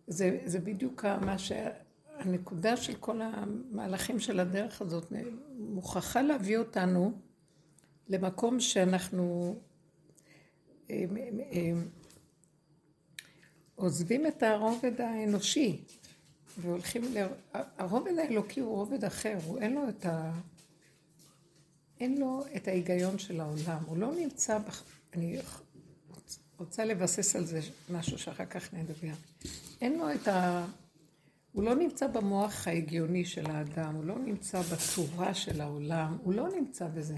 זה בדיוק הנקודה של כל המהלכים של הדרך הזאת, מוכרחה להביא אותנו למקום שאנחנו עוזבים את הרובד האנושי, והולכים הרובד האלוקי הוא רובד אחר, אין לו את ההיגיון של העולם, הוא לא נמצא, אני רוצה לבסס על זה משהו שאחר כך נדבר, הוא לא נמצא במוח ההגיוני של האדם, הוא לא נמצא בצורה של העולם, הוא לא נמצא בזה.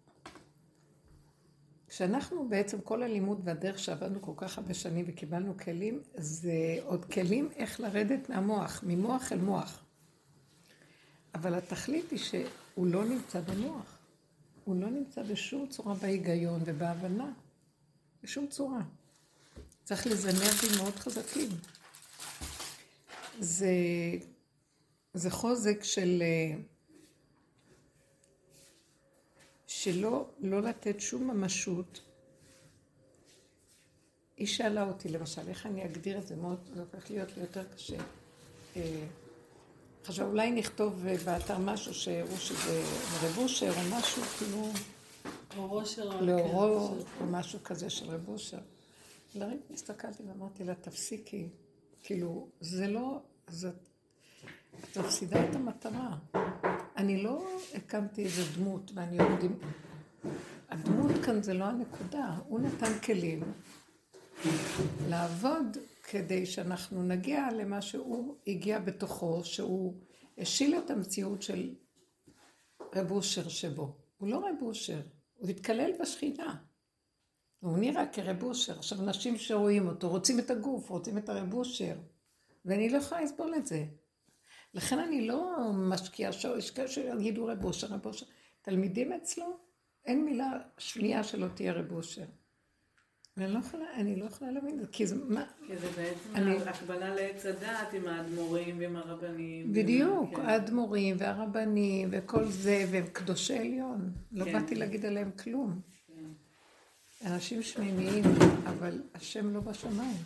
כשאנחנו בעצם כל הלימוד והדרך שעבדנו כל כך הרבה שנים וקיבלנו כלים, זה עוד כלים איך לרדת מהמוח, ממוח אל מוח. אבל התכלית היא שהוא לא נמצא במוח. הוא לא נמצא בשום צורה בהיגיון ובהבנה. בשום צורה. צריך לזנר מאוד חזקים. זה חוזק שלא לתת שום ממשות. היא שאלה אותי, למשל, איך אני אגדיר את זה מאוד, זה הופך להיות לי יותר קשה. חשב, אולי נכתוב באתר משהו שהראו שזה רב אושר או משהו, כאילו... לאורו או משהו כזה של רב אושר. לרגע הסתכלתי ואמרתי לה, תפסיקי. כאילו, זה לא... את מפסידה את המטרה. אני לא הקמתי איזה דמות, ואני יודעים... הדמות כאן זה לא הנקודה. הוא נתן כלים לעבוד כדי שאנחנו נגיע למה שהוא הגיע בתוכו, שהוא השיל את המציאות של רב אושר שבו. הוא לא רב אושר, הוא התקלל בשכינה. הוא נראה כרב אושר. עכשיו אנשים שרואים אותו, רוצים את הגוף, רוצים את הרב אושר. ואני לא יכולה לסבול את זה. לכן אני לא משקיעה שיגידו רב אושר, רב אושר. תלמידים אצלו, אין מילה שנייה שלא תהיה רב אושר. אני לא יכולה להבין את זה, כי זה מה... כי זה בעצם הקבלה לעץ הדעת עם האדמו"רים ועם הרבנים. בדיוק, האדמו"רים והרבנים וכל זה, והם קדושי עליון. לא באתי להגיד עליהם כלום. אנשים שמימיים, אבל השם לא בשמיים.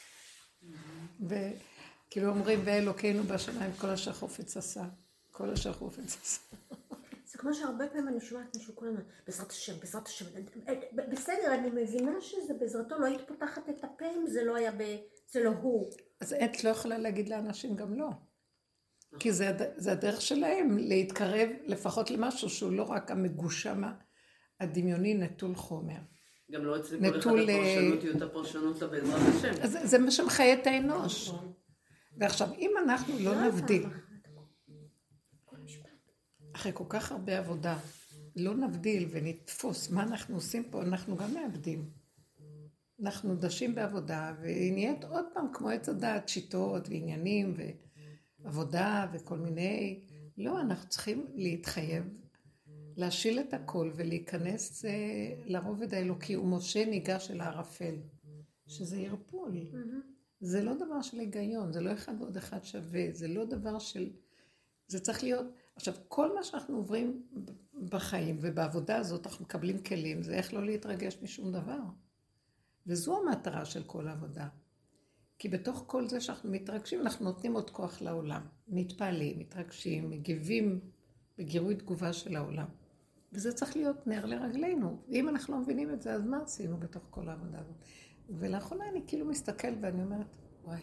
וכאילו אומרים, ואלוקינו בשמיים, כל אשר חופץ עשה. כל אשר חופץ עשה. זה כמו שהרבה פעמים אני שומעת משהו כל הזמן, בעזרת השם, בעזרת השם. בסדר, אני מבינה שזה בעזרתו לא היית פותחת את הפה אם זה לא היה זה לא הוא. אז את לא יכולה להגיד לאנשים גם לא. כי זה הדרך שלהם להתקרב לפחות למשהו שהוא לא רק המגושם הדמיוני נטול חומר. גם לא אצלי כל אחד הפרשנות היא אותה פרשנות בעזרת השם. זה מה שמחיה את האנוש. ועכשיו, אם אנחנו לא נבדיל, אחרי כל כך הרבה עבודה, לא נבדיל ונתפוס מה אנחנו עושים פה, אנחנו גם מאבדים. אנחנו דשים בעבודה, והיא נהיית עוד פעם כמו עץ הדעת, שיטות ועניינים ועבודה וכל מיני... לא, אנחנו צריכים להתחייב, להשיל את הכל ולהיכנס לרובד האלוקי, ומשה ניגש אל הערפל, שזה ירפול. זה לא דבר של היגיון, זה לא אחד ועוד אחד שווה, זה לא דבר של... זה צריך להיות... עכשיו, כל מה שאנחנו עוברים בחיים ובעבודה הזאת, אנחנו מקבלים כלים, זה איך לא להתרגש משום דבר. וזו המטרה של כל העבודה. כי בתוך כל זה שאנחנו מתרגשים, אנחנו נותנים עוד כוח לעולם. מתפעלים, מתרגשים, מגיבים בגירוי תגובה של העולם. וזה צריך להיות נר לרגלינו. ואם אנחנו לא מבינים את זה, אז מה עשינו בתוך כל העבודה הזאת? ולאחרונה אני כאילו מסתכל ואני אומרת, וואי,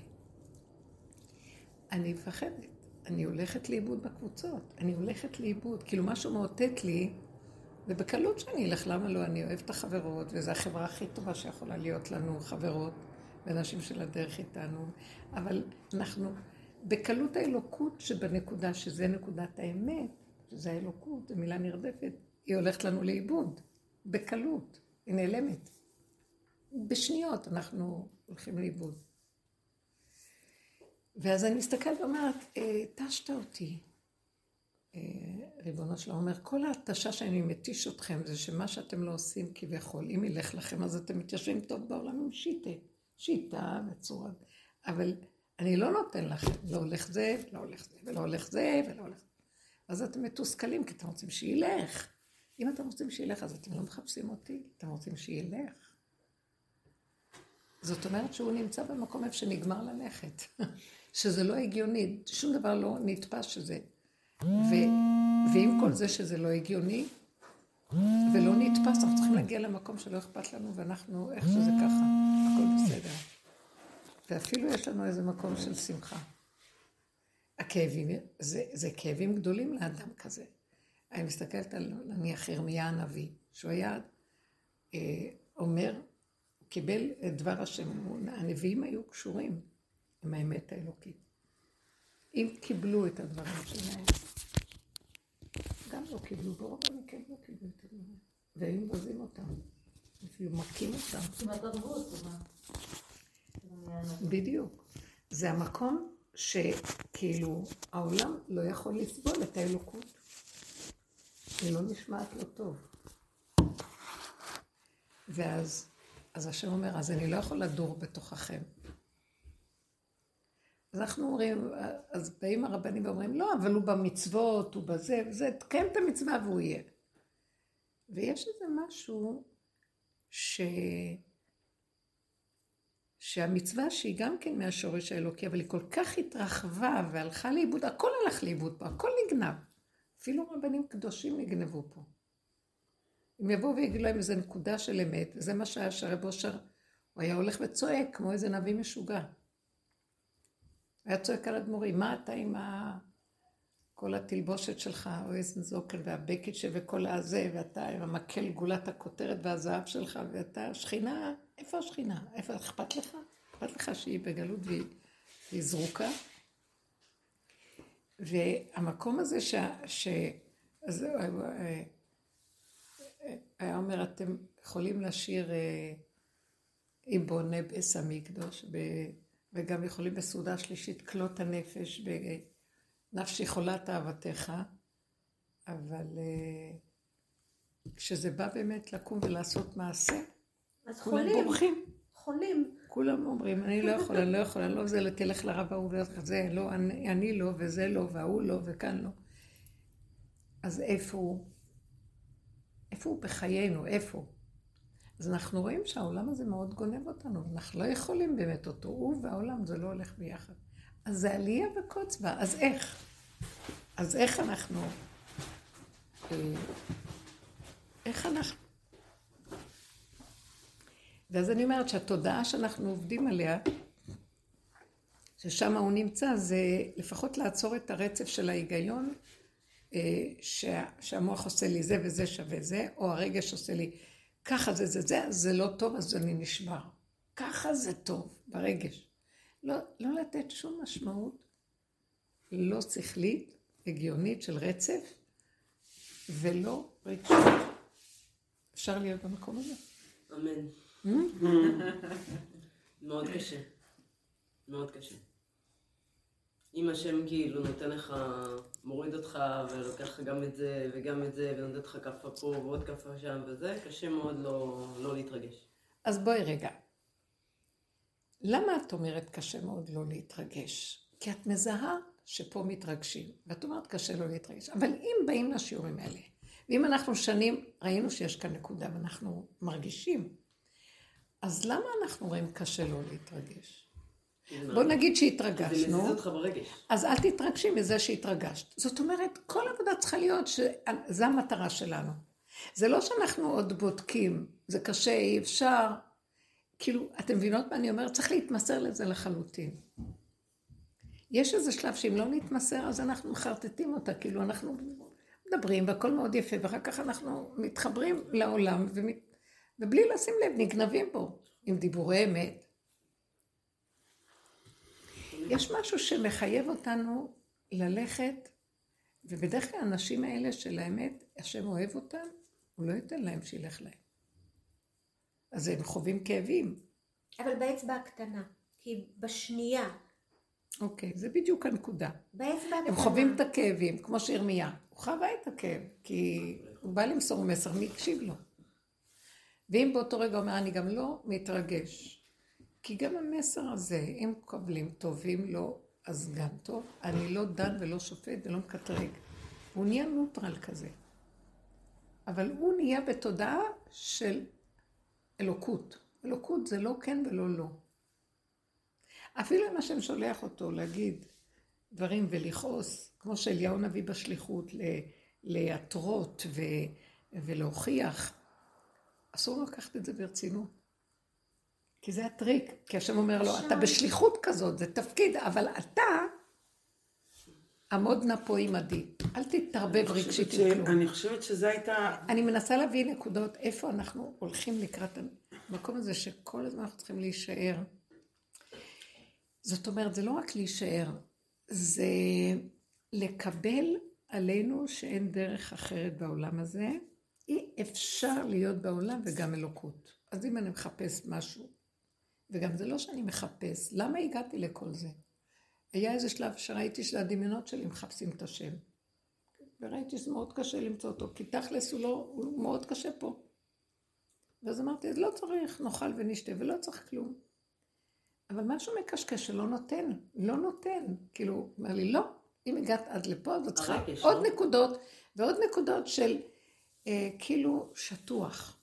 אני מפחדת. אני הולכת לאיבוד בקבוצות, אני הולכת לאיבוד, כאילו משהו מאותת לי, ובקלות שאני אלך, למה לא? אני אוהבת את החברות, וזו החברה הכי טובה שיכולה להיות לנו, חברות, ואנשים של הדרך איתנו, אבל אנחנו, בקלות האלוקות שבנקודה, שזה נקודת האמת, שזה האלוקות, זו מילה נרדפת, היא הולכת לנו לאיבוד, בקלות, היא נעלמת. בשניות אנחנו הולכים לאיבוד. ואז אני מסתכלת ואומרת, תשת אותי. ריבונו שלום אומר, כל ההתשה שאני מתיש אתכם, זה שמה שאתם לא עושים כביכול, אם ילך לכם, אז אתם מתיישבים טוב בעולם עם שיטה וצורה. אבל אני לא נותן לכם, לא הולך זה, ולא הולך זה, ולא הולך זה, ולא הולך זה. אז אתם מתוסכלים, כי אתם רוצים שילך. אם אתם רוצים שילך, אז אתם לא מחפשים אותי, אתם רוצים שילך. זאת אומרת שהוא נמצא במקום איפה שנגמר ללכת. שזה לא הגיוני, שום דבר לא נתפס שזה. ועם כל זה שזה לא הגיוני, ולא נתפס, אנחנו צריכים להגיע למקום שלא אכפת לנו, ואנחנו, איך שזה ככה, הכל בסדר. ואפילו יש לנו איזה מקום של שמחה. הכאבים, זה כאבים גדולים לאדם כזה. אני מסתכלת על, נניח, ירמיה הנביא, שהוא היה אומר, הוא קיבל את דבר השם, הנביאים היו קשורים עם האמת האלוקית. אם קיבלו את הדברים שלהם, גם לא קיבלו, ברוב המקרים לא קיבלו את הדברים. והיו מבזים אותם, אפילו מכים אותם. בדיוק. זה המקום שכאילו העולם לא יכול לסבול את האלוקות. היא לא נשמעת לו טוב. ואז השם אומר, אז אני לא יכול לדור בתוככם. אז אנחנו אומרים, אז באים הרבנים ואומרים, לא, אבל הוא במצוות, הוא בזה, וזה, תקיים את המצווה והוא יהיה. ויש איזה משהו שהמצווה שהיא גם כן מהשורש האלוקי, אבל היא כל כך התרחבה והלכה לאיבוד, הכל הלך לאיבוד פה, הכל נגנב. אפילו רבנים קדושים נגנבו פה. אם יבואו ויגידו להם איזו נקודה של אמת, וזה מה שהיה שרב אושר, הוא היה הולך וצועק כמו איזה נביא משוגע. היה צועק על אדמו"רים, מה אתה עם כל התלבושת שלך, או איזה זוקל והבקט וכל הזה, ואתה עם המקל גולת הכותרת והזהב שלך, ואתה שכינה, איפה השכינה? איפה אכפת לך? אכפת לך שהיא בגלות והיא זרוקה? והמקום הזה אז היה אומר, אתם יכולים לשיר אם בונה בס המקדוש, וגם יכולים בסעודה שלישית כלות הנפש, בנפשי חולת אהבתך, אבל כשזה בא באמת לקום ולעשות מעשה, אז כולם בורחים. חולים. כולם אומרים, אני לא יכול, אני לא יכול, אני לא זה, תלך לרב ההוא וזה, לא, אני לא, וזה לא, והוא לא, וכאן לא. אז איפה הוא? איפה הוא בחיינו? איפה? אז אנחנו רואים שהעולם הזה מאוד גונב אותנו, אנחנו לא יכולים באמת אותו, הוא והעולם זה לא הולך ביחד. אז זה עלייה וקוץ בה, אז איך? אז איך אנחנו? איך אנחנו? ואז אני אומרת שהתודעה שאנחנו עובדים עליה, ששם הוא נמצא, זה לפחות לעצור את הרצף של ההיגיון, שהמוח עושה לי זה וזה שווה זה, או הרגש עושה לי ככה זה לא טוב, אז אני נשבר. ככה זה טוב, ברגש. לא לתת שום משמעות, לא שכלית, הגיונית של רצף, ולא רגשית. אפשר להיות במקום הזה? אמן. מאוד קשה. מאוד קשה. אם השם כאילו נותן לך, מוריד אותך ולוקח לך גם את זה וגם את זה ונותן לך כפה פה ועוד כפה שם וזה, קשה מאוד לא להתרגש. אז בואי רגע. למה את אומרת קשה מאוד לא להתרגש? כי את מזהה שפה מתרגשים, ואת אומרת קשה לא להתרגש. אבל אם באים לשיעורים האלה, ואם אנחנו שנים ראינו שיש כאן נקודה ואנחנו מרגישים, אז למה אנחנו רואים קשה לא להתרגש? בוא נגיד שהתרגשנו. זה מזיז אותך ברגש. אז אל תתרגשי מזה שהתרגשת. זאת אומרת, כל עבודה צריכה להיות שזו המטרה שלנו. זה לא שאנחנו עוד בודקים, זה קשה, אי אפשר. כאילו, אתם מבינות מה אני אומרת? צריך להתמסר לזה לחלוטין. יש איזה שלב שאם לא נתמסר, אז אנחנו מחרטטים אותה, כאילו אנחנו מדברים והכל מאוד יפה, ואחר כך אנחנו מתחברים לעולם, ובלי לשים לב, נגנבים בו, עם דיבורי אמת. יש משהו שמחייב אותנו ללכת, ובדרך כלל האנשים האלה של האמת, השם אוהב אותם, הוא לא ייתן להם שילך להם. אז הם חווים כאבים. אבל באצבע הקטנה, כי בשנייה. אוקיי, זה בדיוק הנקודה. באצבע הקטנה. הם חווים את הכאבים, כמו שירמיה. הוא חווה את הכאב, כי הוא בא למסור מסר, מי יקשיב לו. ואם באותו רגע אומר, אני גם לא מתרגש. כי גם המסר הזה, אם קובלים טובים לו, אז גם טוב. אני לא דן ולא שופט ולא מקטרג. הוא נהיה נוטרל כזה. אבל הוא נהיה בתודעה של אלוקות. אלוקות זה לא כן ולא לא. אפילו אם השם שולח אותו להגיד דברים ולכעוס, כמו שאליהו נביא בשליחות, להתרות ולהוכיח, אסור לו לקחת את זה ברצינות. כי זה הטריק, כי השם אומר לו, אתה בשליחות כזאת, זה תפקיד, אבל אתה עמוד נא פה עמדי, אל תתערבב רגשית עם כלום. אני חושבת שזה הייתה... אני מנסה להביא נקודות, איפה אנחנו הולכים לקראת המקום הזה, שכל הזמן אנחנו צריכים להישאר. זאת אומרת, זה לא רק להישאר, זה לקבל עלינו שאין דרך אחרת בעולם הזה, אי אפשר להיות בעולם וגם אלוקות. אז אם אני מחפש משהו, וגם זה לא שאני מחפש, למה הגעתי לכל זה? היה איזה שלב שראיתי שהדמיונות שלי מחפשים את השם. וראיתי שזה מאוד קשה למצוא אותו, כי תכלס הוא מאוד קשה פה. ואז אמרתי, אז לא צריך, נאכל ונשתה, ולא צריך כלום. אבל משהו מקשקש שלא נותן, לא נותן. כאילו, אומר לי, לא, אם הגעת עד לפה, אז צריכה עוד נקודות, ועוד נקודות של כאילו שטוח.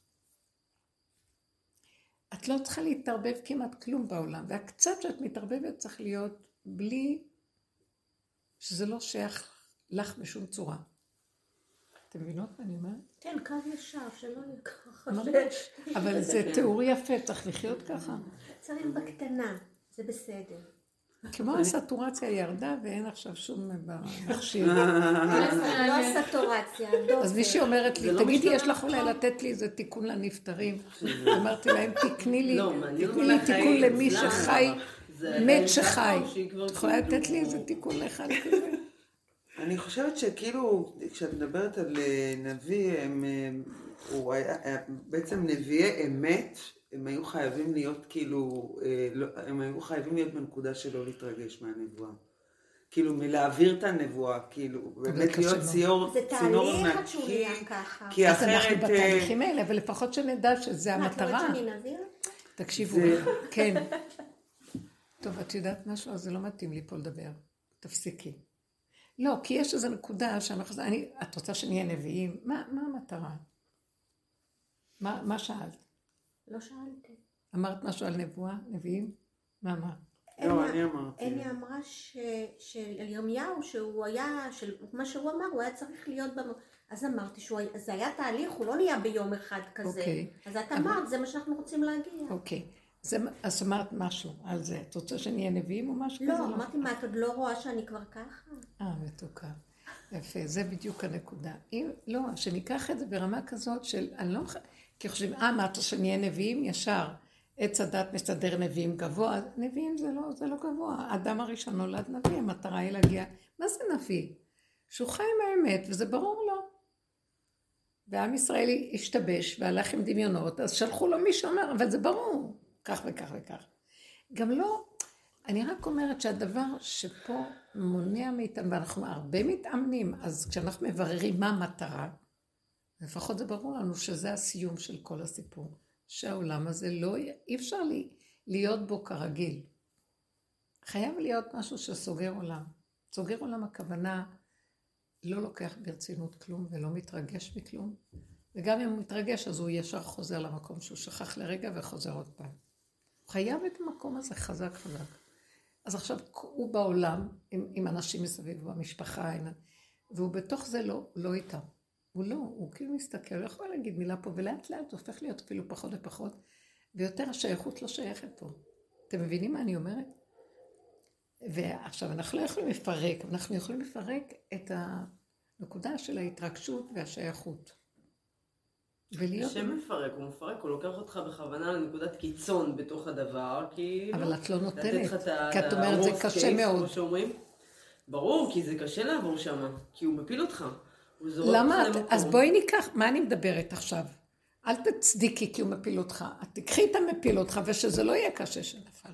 את לא צריכה להתערבב כמעט כלום בעולם, והקצת שאת מתערבבת צריך להיות בלי שזה לא שייך לך בשום צורה. אתם מבינות מה אני אומרת? כן, קו ישר, שלא יהיה ככה. ממש, אבל זה תיאור יפה, צריך לחיות ככה. צריך בקטנה, זה בסדר. כמו הסטורציה ירדה ואין עכשיו שום מכשיר. לא הסטורציה, דופק. אז מישהי אומרת לי, תגידי, יש לך אולי לתת לי איזה תיקון לנפטרים? אמרתי להם, תקני לי תיקון למי שחי, מת שחי. את יכולה לתת לי איזה תיקון לאחד כזה? אני חושבת שכאילו, כשאת מדברת על נביא, בעצם נביאי אמת, הם היו חייבים להיות כאילו, הם היו חייבים להיות בנקודה שלא להתרגש מהנבואה. כאילו מלהעביר את הנבואה, כאילו, באמת להיות צינור תהליך שהוא נהיה ככה. כי אז אנחנו אחרת... בתהליכים האלה, אבל לפחות שנדע שזה המטרה. את אומרת שאני נביא? תקשיבו, כן. טוב, את יודעת משהו? אז זה לא מתאים לי פה לדבר. תפסיקי. לא, כי יש איזו נקודה שאנחנו... את רוצה שנהיה נביאים? מה המטרה? מה שאלת? לא שאלתי. אמרת משהו על נבואה, נביאים? מה אמרת? לא, אני אמרתי. אני אמרה של ירמיהו, שהוא היה, מה שהוא אמר, הוא היה צריך להיות אז אמרתי שזה היה תהליך, הוא לא נהיה ביום אחד כזה. אז את אמרת, זה מה שאנחנו רוצים להגיע. אוקיי. אז אמרת משהו על זה. את רוצה שנהיה נביאים או משהו כזה? לא, אמרתי, מה, את עוד לא רואה שאני כבר ככה? מתוקה. יפה, זה בדיוק הנקודה. לא, שניקח את זה ברמה כזאת של, אני לא... כי חושבים, אמרת שנהיה נביאים ישר. עץ הדת מסתדר נביאים גבוה. נביאים זה לא גבוה. האדם הראשון נולד נביא, המטרה היא להגיע. מה זה נביא? שהוא חי עם האמת, וזה ברור לו. והעם ישראלי השתבש והלך עם דמיונות, אז שלחו לו מי שאומר, אבל זה ברור. כך וכך וכך. גם לא, אני רק אומרת שהדבר שפה מונע מאיתנו, ואנחנו הרבה מתאמנים, אז כשאנחנו מבררים מה המטרה, לפחות זה ברור לנו שזה הסיום של כל הסיפור. שהעולם הזה לא, אי אפשר להיות בו כרגיל. חייב להיות משהו שסוגר עולם. סוגר עולם הכוונה לא לוקח ברצינות כלום ולא מתרגש מכלום. וגם אם הוא מתרגש אז הוא ישר חוזר למקום שהוא שכח לרגע וחוזר עוד פעם. הוא חייב את המקום הזה חזק חזק. אז עכשיו הוא בעולם עם אנשים מסביב במשפחה, והוא בתוך זה לא איתם. הוא לא, הוא כאילו מסתכל, הוא יכול להגיד מילה פה, ולאט לאט זה הופך להיות אפילו פחות ופחות, ויותר השייכות לא שייכת פה. אתם מבינים מה אני אומרת? ועכשיו אנחנו לא יכולים לפרק, אנחנו יכולים לפרק את הנקודה של ההתרגשות והשייכות. השם מפרק, הוא מפרק, הוא לוקח אותך בכוונה לנקודת קיצון בתוך הדבר, כי... אבל את לא נותנת, כי את אומרת זה קשה מאוד. ברור, כי זה קשה לעבור שם, כי הוא מפיל אותך. למה? אז בואי ניקח, מה אני מדברת עכשיו? אל תצדיקי כי הוא מפיל אותך, את תקחי את המפיל אותך ושזה לא יהיה קשה שנפל.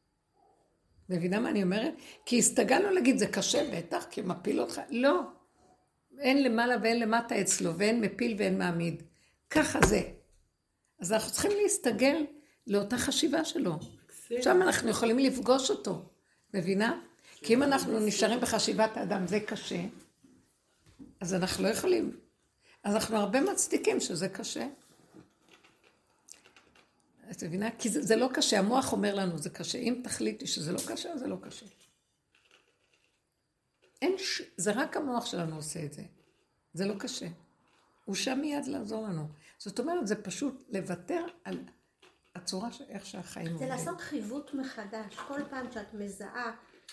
מבינה מה אני אומרת? כי הסתגלנו להגיד זה קשה בטח, כי הוא מפיל אותך. לא. אין למעלה ואין למטה אצלו, ואין מפיל ואין מעמיד. ככה זה. אז אנחנו צריכים להסתגל לאותה חשיבה שלו. שם אנחנו יכולים לפגוש אותו. מבינה? כי אם אנחנו נשארים בחשיבת האדם, זה קשה. אז אנחנו לא יכולים. אז אנחנו הרבה מצדיקים שזה קשה. את מבינה? כי זה לא קשה, המוח אומר לנו, זה קשה. אם תחליטי שזה לא קשה, זה לא קשה. זה רק המוח שלנו עושה את זה. זה לא קשה. הוא שם מיד לעזור לנו. זאת אומרת, זה פשוט לוותר על הצורה איך שהחיים עובדים. זה לעשות חיווט מחדש. כל פעם שאת מזהה,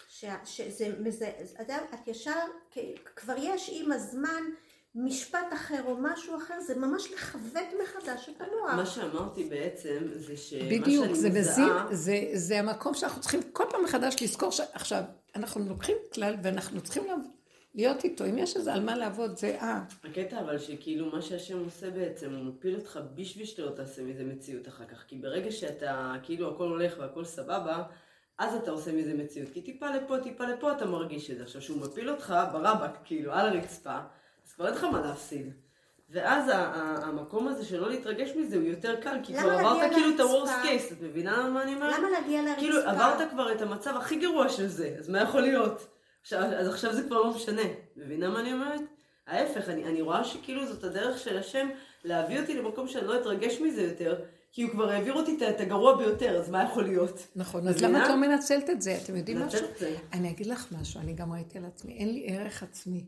את ישר, כבר יש עם הזמן משפט אחר או משהו אחר, זה ממש לכוות מחדש את המוח. מה שאמרתי בעצם זה בדיוק, זה המקום שאנחנו צריכים כל פעם מחדש לזכור שעכשיו אנחנו לוקחים כלל ואנחנו צריכים להיות איתו, אם יש איזה על מה לעבוד זה הקטע אבל שכאילו מה שהשם עושה בעצם, הוא מפיל אותך בשביל שאתה לא תעשה מזה מציאות אחר כך, כי ברגע שאתה כאילו הכל הולך והכל סבבה, אז אתה עושה מזה מציאות, כי טיפה לפה אתה מרגיש את זה. עכשיו שהוא מפיל אותך ברבק, כאילו על הרצפה, אז כבר אין לך מה להפסיד. ואז המקום הזה שלא להתרגש מזה הוא יותר קל, כי כבר עברת כאילו את ה-worst case, את מבינה מה אני אומרת? למה להגיע לרצפה? כאילו עברת כבר את המצב הכי גרוע של זה, אז מה יכול להיות? אז עכשיו זה כבר לא משנה, מבינה מה אני אומרת? ההפך, אני רואה שכאילו זאת הדרך של השם להביא אותי למקום שאני לא אתרגש מזה יותר, כי הוא כבר העביר אותי את הגרוע ביותר, אז מה יכול להיות? נכון, אז למה את לא מנצלת את זה? אתם יודעים משהו? אני אגיד לך משהו, אני גם ראיתי על עצמי, אין לי ערך עצמי.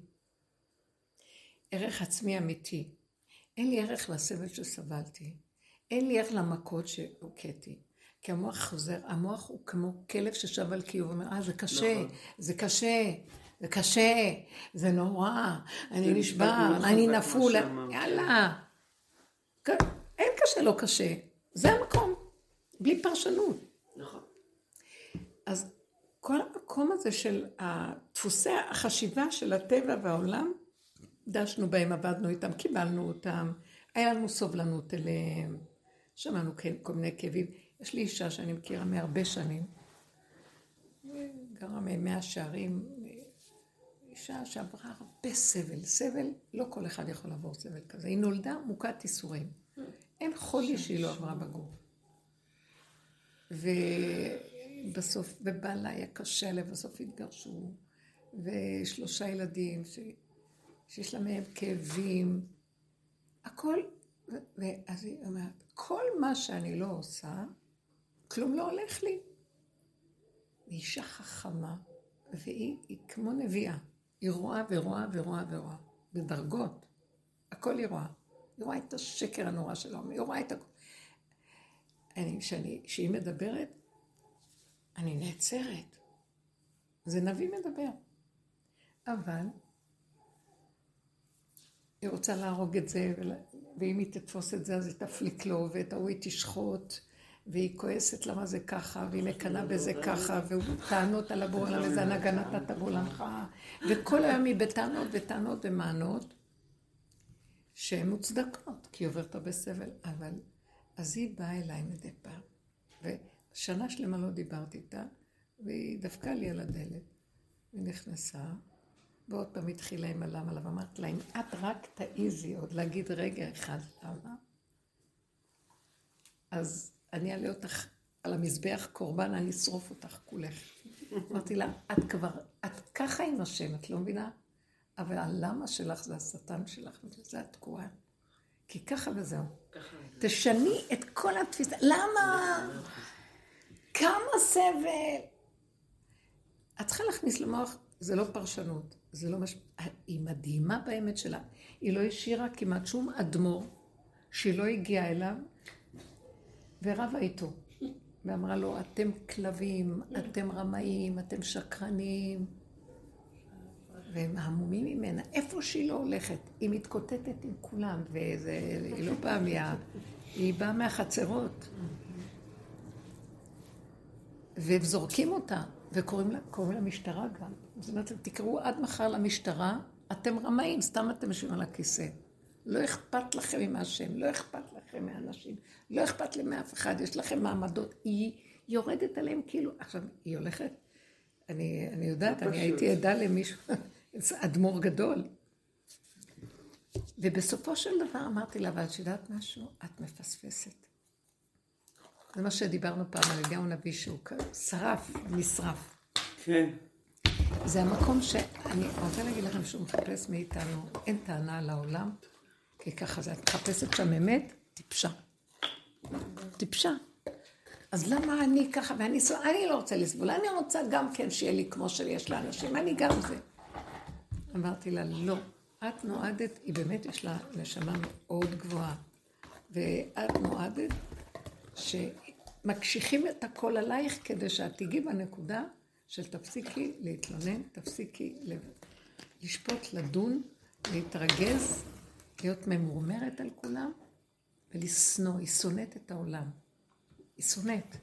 ערך עצמי אמיתי. אין לי ערך לסבל שסבלתי. אין לי ערך למכות שהוקעתי. כי המוח חוזר, המוח הוא כמו כלב ששב על קיוב, אומר, זה קשה, זה קשה, זה קשה, זה נורא, אני נשבר, אני נפול, יאללה. אין קשה, לא קשה. זה המקום, בלי פרשנות. נכון. אז כל המקום הזה של דפוסי החשיבה של הטבע והעולם, דשנו בהם, עבדנו איתם, קיבלנו אותם, היה לנו סובלנות אליהם, שמענו כל מיני כאבים. יש לי אישה שאני מכירה מהרבה שנים, גרה מ100 שערים, אישה שעברה הרבה סבל, לא כל אחד יכול לעבור סבל כזה, היא נולדה מוכת ייסורים, אין חולי שהיא לא עברה בגוף. ובסוף, ובעלה היה קשה לה, בסוף התגרשו, ו3 ילדים שיש לה מהם כאבים, הכל, ואז היא אומרת, כל מה שאני לא עושה, כלום לא הולך לי. היא אישה חכמה, והיא כמו נביאה. היא רואה ורואה ורואה ורואה, בדרגות. הכל היא רואה. היא רואה את השקר הנורא שלו, היא רואה את הכל. כשהיא מדברת, אני נעצרת. זה נביא מדבר. אבל היא רוצה להרוג את זה, ואם היא תתפוס את זה, אז היא תפליק לו, ואת ההוא היא תשחוט, והיא כועסת למה זה ככה, והיא מקנה בזה ככה, והוא טענות על הבורא עולם, וזה הנגנת תבוא לך, וכל היום היא בטענות וטענות ומענות, שהן מוצדקות, כי היא עוברת הרבה סבל, אבל אז היא באה אליי מדי פעם, ושנה שלמה לא דיברתי איתה, והיא דפקה לי על הדלת, היא נכנסה, ועוד פעם התחילה עם הלמה, ואמרת לה, אם את רק תעיזי עוד להגיד רגע אחד למה, אז אני אעלה אותך על המזבח קורבן, אני אשרוף אותך כולך. אמרתי לה, את ככה עם השם, את לא מבינה? אבל הלמה שלך זה השטן שלך, זה התקועה. כי ככה וזהו. תשני את כל התפיסה. למה? כמה סבל? את צריכה להכניס למוח, זה לא פרשנות. זה לא היא מדהימה באמת שלה. היא לא השאירה כמעט שום אדמו"ר שהיא לא הגיעה אליו, ורבה איתו. ואמרה לו, אתם כלבים, אתם רמאים, אתם שקרנים. והם המומים ממנה. איפה שהיא לא הולכת, היא מתקוטטת עם כולם, והיא לא באה היא באה מהחצרות. והם זורקים אותה, וקוראים לה משטרה גם. זאת אומרת, תקראו עד מחר למשטרה, אתם רמאים, סתם אתם יושבים על הכיסא. לא אכפת לכם עם השם, לא אכפת לכם מהאנשים, לא אכפת לי מאף אחד, יש לכם מעמדות. היא יורדת עליהם כאילו, עכשיו היא הולכת, אני יודעת, אני הייתי עדה למישהו, אדמו"ר גדול. ובסופו של דבר אמרתי לה, אבל שידעת משהו, את מפספסת. זה מה שדיברנו פעם על אליהו הנביא שהוא שרף, נשרף. כן. זה המקום שאני רוצה להגיד לכם שהוא מחפש מאיתנו, אין טענה על העולם, כי ככה זה, את מחפשת שם אמת, טיפשה. טיפשה. אז למה אני ככה, ואני לא רוצה לסבול, אני רוצה גם כן שיהיה לי כמו שיש לאנשים, אני גם זה. אמרתי לה, לא, את נועדת, היא באמת יש לה נשמה מאוד גבוהה, ואת נועדת שמקשיחים את הכל עלייך כדי שאת תגיעי בנקודה של תפסיקי להתלונן, תפסיקי לשפוט, לדון, להתרגז, להיות ממורמרת על כולם, ולשנוא, היא שונאת את העולם. היא שונאת.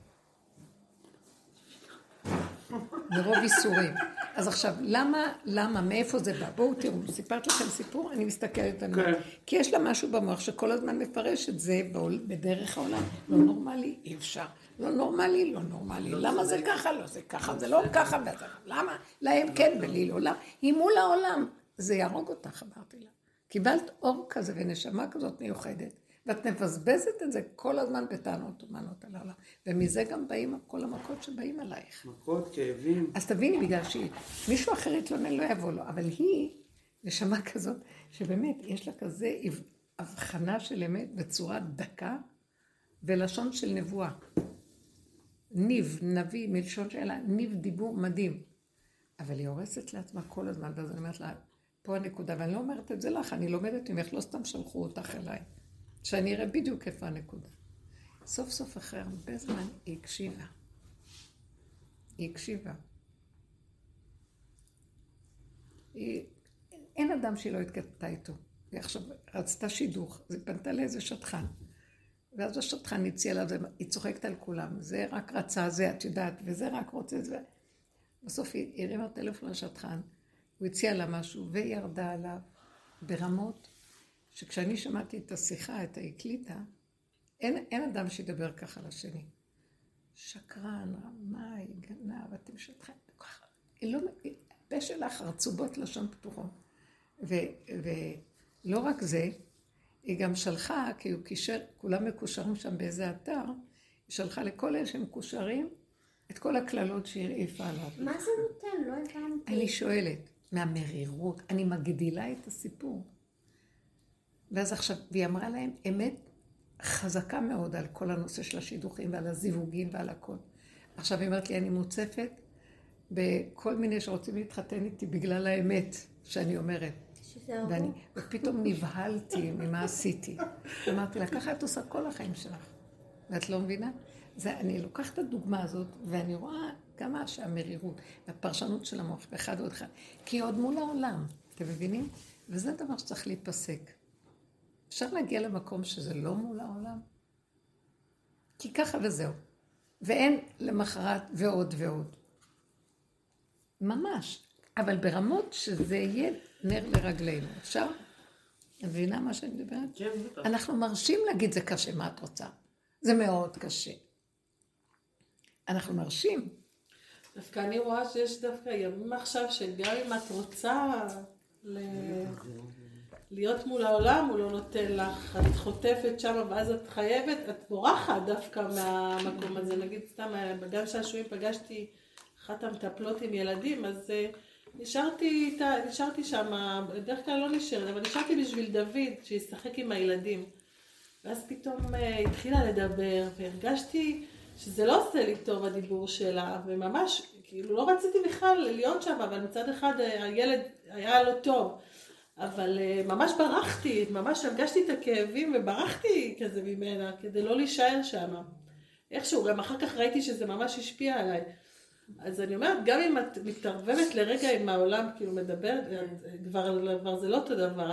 מרוב איסורים. אז עכשיו, למה, מאיפה זה בא? בואו תראו, סיפרת לכם סיפור, אני מסתכלת על זה. כי יש לה משהו במוח שכל הזמן מפרש את זה בדרך העולם. לא נורמלי, אי אפשר. לא נורמלי, לא נורמלי. למה זה ככה? לא זה ככה, זה לא ככה. למה? להם כן ולי לא. למה? היא מול העולם. זה יהרוג אותך, אמרתי לה. קיבלת אור כזה ונשמה כזאת מיוחדת. ואת מבזבזת את זה כל הזמן בטענות ומנות על העולם. ומזה גם באים כל המכות שבאים עלייך. מכות, כאבים. אז תביני, בגלל שמישהו אחר יתלונן לא יבוא לו, אבל היא נשמה כזאת, שבאמת יש לה כזה הבחנה של אמת בצורה דקה, ולשון של נבואה. ניב, נביא, מלשון שלה, ניב דיבור מדהים. אבל היא הורסת לעצמה כל הזמן, ואז אני אומרת לה, פה הנקודה, ואני לא אומרת את זה לך, אני לומדת ממך, לא סתם שלחו אותך אליי. שאני אראה בדיוק איפה הנקודה. סוף סוף אחרי הרבה זמן היא הקשיבה. היא הקשיבה. אין אדם שהיא לא התקטטה איתו. היא עכשיו רצתה שידוך, זה פנתה לאיזה שטחן. ואז השטחן הציע לה, היא צוחקת על כולם. זה רק רצה, זה את יודעת, וזה רק רוצה, זה. בסוף היא הרימה טלפון לשטחן, הוא הציע לה משהו, והיא ירדה עליו ברמות, שכשאני שמעתי את השיחה, את ההקליטה, אין אדם שידבר ככה לשני. שקרן, רמאי, גנב, אתם שטחים, ככה. הפה שלך רצובות לשון פתוחות. ולא רק זה, היא גם שלחה, כי הוא קישר, כולם מקושרים שם באיזה אתר, היא שלחה לכל אלה שהם מקושרים, את כל הכללות שהיא הרעיפה עליו. מה זה נותן? לא הבנתי. אני שואלת, מהמרירות, אני מגדילה את הסיפור. ואז עכשיו, והיא אמרה להם, אמת חזקה מאוד על כל הנושא של השידוכים ועל הזיווגים ועל הכל. עכשיו היא אומרת לי, אני מוצפת בכל מיני שרוצים להתחתן איתי בגלל האמת שאני אומרת. ופתאום נבהלתי ממה עשיתי. אמרתי לה, ככה את עושה כל החיים שלך. ואת לא מבינה? אני לוקחת את הדוגמה הזאת, ואני רואה כמה שהמרירות, והפרשנות של המוח, ואחד עוד אחד, כי היא עוד מול העולם, אתם מבינים? וזה דבר שצריך להיפסק. אפשר להגיע למקום שזה לא מול העולם? כי ככה וזהו. ואין למחרת ועוד ועוד. ממש. אבל ברמות שזה יהיה נר לרגלינו. אפשר? מבינה מה שאני מדברת? כן, בטח. אנחנו מרשים להגיד זה קשה, מה את רוצה? זה מאוד קשה. אנחנו מרשים. דווקא אני רואה שיש דווקא ימים עכשיו שגם אם את רוצה להיות מול העולם, הוא לא נותן לך, את חוטפת שם ואז את חייבת, את בורחת דווקא מהמקום הזה. נגיד סתם, בגן שעשועים פגשתי אחת המטפלות עם ילדים, אז נשארתי שם, בדרך כלל לא נשארת, אבל נשארתי בשביל דוד שישחק עם הילדים. ואז פתאום התחילה לדבר, והרגשתי שזה לא עושה לי טוב הדיבור שלה, וממש, כאילו לא רציתי בכלל להיות שם, אבל מצד אחד הילד היה לו טוב. אבל ממש ברחתי, ממש הרגשתי את הכאבים וברחתי כזה ממנה, כדי לא להישאר שם. איכשהו, גם אחר כך ראיתי שזה ממש השפיע עליי. אז אני אומרת, גם אם את מתערבבת לרגע עם העולם, כאילו מדברת, כבר זה לא אותו דבר.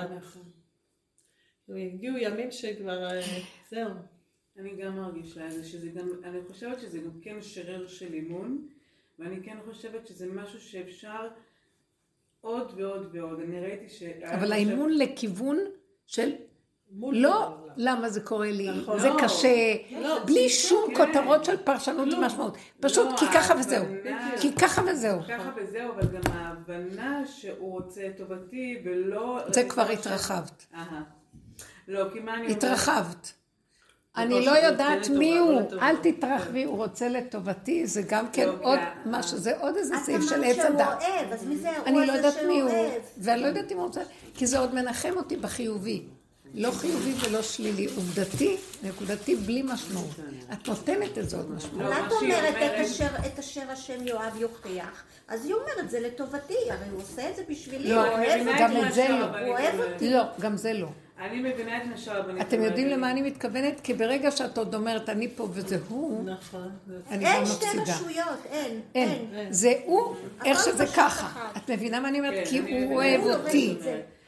הגיעו ימים שכבר, זהו. אני גם מרגישה את זה, שזה גם, אני חושבת שזה גם כן שרר של אימון, ואני כן חושבת שזה משהו שאפשר עוד ועוד ועוד. אני ראיתי ש... אבל האימון לכיוון של... לא, למה זה קורה לי, זה קשה, בלי שום כותרות של פרשנות ומשמעות. פשוט כי ככה וזהו. כי ככה וזהו. ככה וזהו, אבל גם ההבנה שהוא רוצה את טובתי ולא... זה כבר התרחבת. לא, כי מה אני... התרחבת. אני לא יודעת מי הוא, אל תתרחבי, הוא רוצה לטובתי, זה גם כן עוד משהו, זה עוד איזה סעיף של עץ הדת. את אמרת שהוא אוהב, אז מי זה אני לא יודעת מי הוא, אוהב? ואני לא יודעת אם הוא רוצה, כי זה עוד מנחם אותי בחיובי. לא חיובי ולא שלילי, עובדתי, נקודתי, בלי משמעות. את נותנת את זה עוד משמעות. את אומרת את אשר השם יאהב יוכיח, אז היא אומרת, זה לטובתי, הרי הוא עושה את זה בשבילי, הוא אוהב אותי. גם את זה לא. הוא אוהב אותי. לא, גם זה לא. אני מבינה את מה שהרבנית. אתם יודעים למה אני מתכוונת? כי ברגע שאת עוד אומרת, אני פה וזה הוא, אני גם אין שתי מפסידה. רשויות, אין. זה הוא, איך שזה ככה. את מבינה מה אני אומרת? כי הוא אוהב אותי.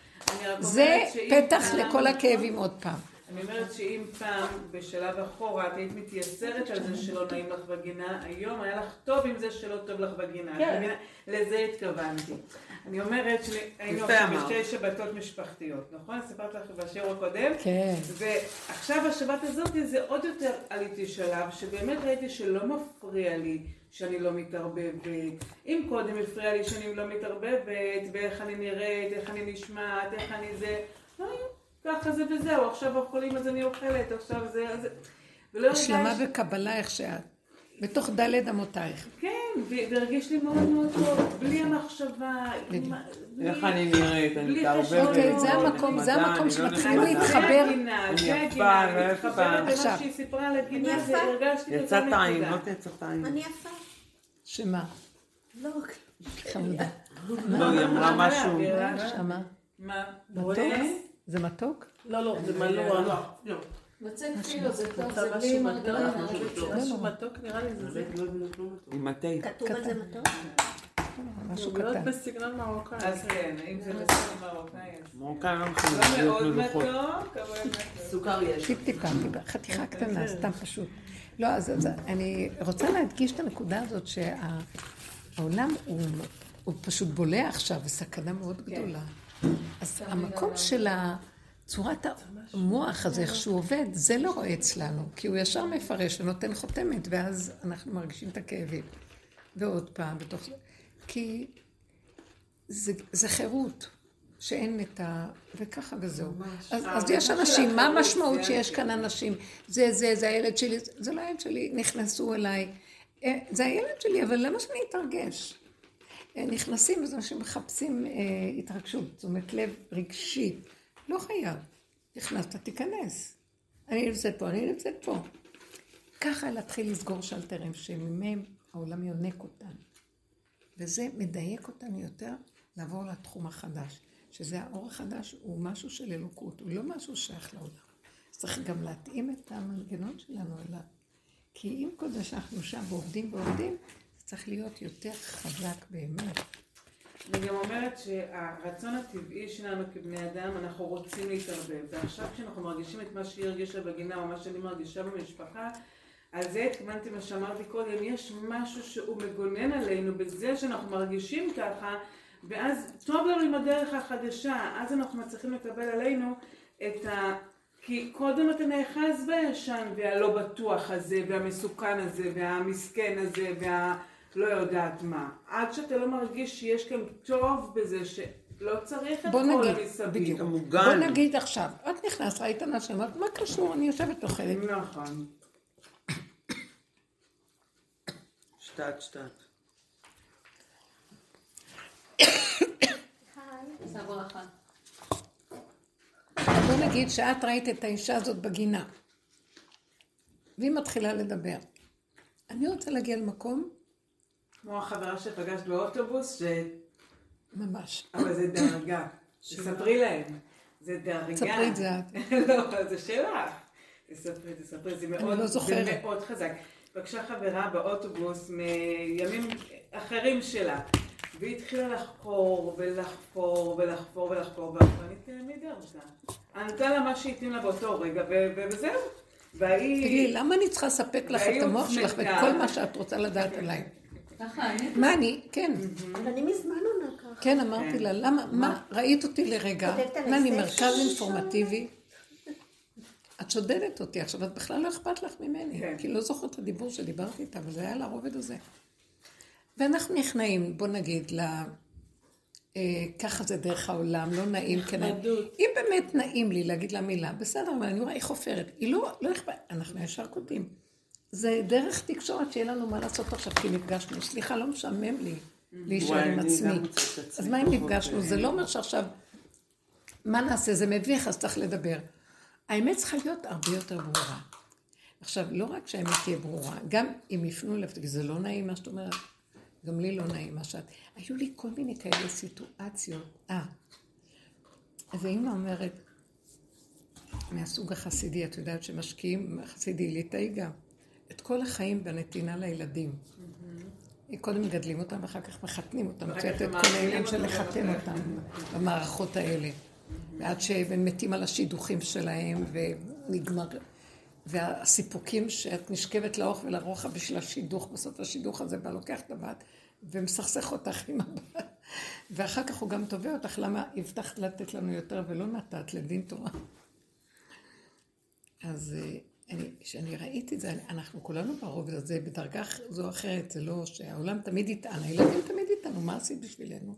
זה פתח לכל הכאבים עוד פעם. אני אומרת שאם פעם בשלב אחורה את היית מתייסרת על זה שלא נעים לך בגינה, היום היה לך טוב עם זה שלא טוב לך בגינה. לזה התכוונתי. אני אומרת שהיינו עכשיו בשתי שבתות משפחתיות, נכון? סיפרת לך בשיעור הקודם? כן. ועכשיו השבת הזאת זה עוד יותר עליתי שלב, שבאמת ראיתי שלא מפריע לי שאני לא מתערבבת. אם קודם הפריע לי שאני לא מתערבבת, ואיך אני נראית, איך אני נשמעת, איך אני זה, ככה זה וזהו, עכשיו אוכלים אז אני אוכלת, עכשיו זה... השלמה וקבלה איך שאת. בתוך דלת אמותייך. כן, והרגיש לי מאוד מאוד טוב, בלי המחשבה. איך אני נראית, אני מתערבבת. זה המקום שמתחילים להתחבר. זה הגינה, להתחבר למה שהיא סיפרה על הגינה, זה הרגשתי יותר יצא נקודה. טעים, לא תצא טעים. אני יפה. שמה? לא, חמודה. לא, היא אמרה משהו. שמה? מה? מתוק? זה מתוק? לא, זה מלוח. מצא כאילו, זה טוב, רוצה זה בלי משהו מרגרינה. משהו מתוק נראה לי זה. עם התה. כתוב על זה מתוק? משהו להיות קטן. בסגנון מרוקאי. אז כן, אם זה בסגנון מרוקאי, אז... מרוקאי לא לא מכינים מאוד להיות מלוכות. מתוק, אבל מתוק. סוכר יש. טיפה, חתיכה קטנה, סתם פשוט. לא, אז אני רוצה להדגיש את הנקודה הזאת שהעולם הוא פשוט בולע עכשיו, וסכנה מאוד גדולה. אז המקום של צורת המוח הזה, איך שהוא עובד, זה לא רואה אצלנו, כי הוא ישר מפרש ונותן חותמת, ואז אנחנו מרגישים את הכאבים. ועוד פעם, בתוך זה. כי זה חירות, שאין את וככה וזהו. אז יש אנשים, מה המשמעות שיש כאן אנשים? זה הילד שלי, זה לא הילד שלי, נכנסו אליי. זה הילד שלי, אבל למה שאני אתרגש? נכנסים, אז אנשים מחפשים התרגשות, זאת אומרת לב רגשית. לא חייב. נכנסת, תיכנס. אני נמצאת פה, אני נמצאת פה. ככה להתחיל לסגור שלטרים שממהם העולם יונק אותנו. וזה מדייק אותנו יותר לעבור לתחום החדש. שזה האור החדש, הוא משהו של אלוקות, הוא לא משהו שייך לעולם. צריך גם להתאים את המנגנון שלנו אליו. כי אם כל זה שאנחנו שם ועובדים, זה צריך להיות יותר חזק באמת. אני גם אומרת שהרצון הטבעי שלנו כבני אדם, אנחנו רוצים להתערבב. ועכשיו כשאנחנו מרגישים את מה שהיא הרגישה בגינה, או מה שאני מרגישה במשפחה, על זה התכוונתי מה שאמרתי קודם, יש משהו שהוא מגונן עלינו בזה שאנחנו מרגישים ככה, ואז טוב לנו עם הדרך החדשה, אז אנחנו מצליחים לקבל עלינו את כי קודם אתה נאחז בישן והלא בטוח הזה, והמסוכן הזה, והמסכן הזה, לא יודעת מה. עד שאתה לא מרגיש שיש כאן טוב בזה שלא צריך את כל המסביב. בוא נגיד עכשיו, את נכנס, ראית אנשים, מה קשור? אני יושבת אוכלת. נכון. שתת. בוא נגיד שאת ראית את האישה הזאת בגינה, והיא מתחילה לדבר. אני רוצה להגיע למקום, כמו החברה שפגשת באוטובוס, ממש. אבל זה דרגה. תספרי להם. זה דרגה. תספרי את זה את. לא, זה שלך. תספרי, זה מאוד חזק. פגשה חברה באוטובוס מימים אחרים שלה, והיא התחילה לחפור ולחפור, ואני תמיד הרצה. ענתה לה מה שהתאים לה באותו רגע, וזהו. תגידי, למה אני צריכה לספק לך את המוח שלך ואת כל מה שאת רוצה לדעת עליי? מה אני? כן. אבל אני מזמן עונה ככה. כן, אמרתי לה, למה? מה? ראית אותי לרגע. אני מרכז אינפורמטיבי. את שודדת אותי עכשיו, את בכלל לא אכפת לך ממני. כי לא זוכרת את הדיבור שדיברתי איתה, אבל זה היה לרובד הזה. ואנחנו נכנעים, בוא נגיד, ככה זה דרך העולם, לא נעים, כן. אם באמת נעים לי להגיד לה מילה, בסדר, אבל אני רואה איך חופרת. היא לא אכפת, אנחנו ישר כותבים. זה דרך תקשורת שיהיה לנו מה לעשות עכשיו, כי נפגשנו. סליחה, לא משעמם לי להישאר עם עצמי. אז מה אם נפגשנו? זה לא אומר שעכשיו מה נעשה? זה מביך, אז צריך לדבר. האמת צריכה להיות הרבה יותר ברורה. עכשיו, לא רק שהאמת תהיה ברורה, גם אם יפנו אליו, זה לא נעים מה שאת אומרת, גם לי לא נעים מה שאת. היו לי כל מיני כאלה סיטואציות. אז האמא אומרת, מהסוג החסידי, את יודעת שמשקיעים, חסידי ליטאי גם, את כל החיים בנתינה לילדים. קודם מגדלים אותם, ואחר כך מחתנים אותם. את יודעת, את כל העניין של לחתן אותם במערכות האלה. ועד שהם מתים על השידוכים שלהם, ונגמר. והסיפוקים שאת נשכבת לאורך ולרוחב בשביל השידוך, בסוף השידוך הזה בא לוקח את הבת, ומסכסך אותך עם הבת. ואחר כך הוא גם תובע אותך, למה הבטחת לתת לנו יותר ולא נתת לדין תורה. אז כשאני ראיתי את זה, אנחנו כולנו ברוב הזה, בדרגה זו או אחרת, זה לא שהעולם תמיד איתנו, הילדים תמיד איתנו, מה עשית בשבילנו?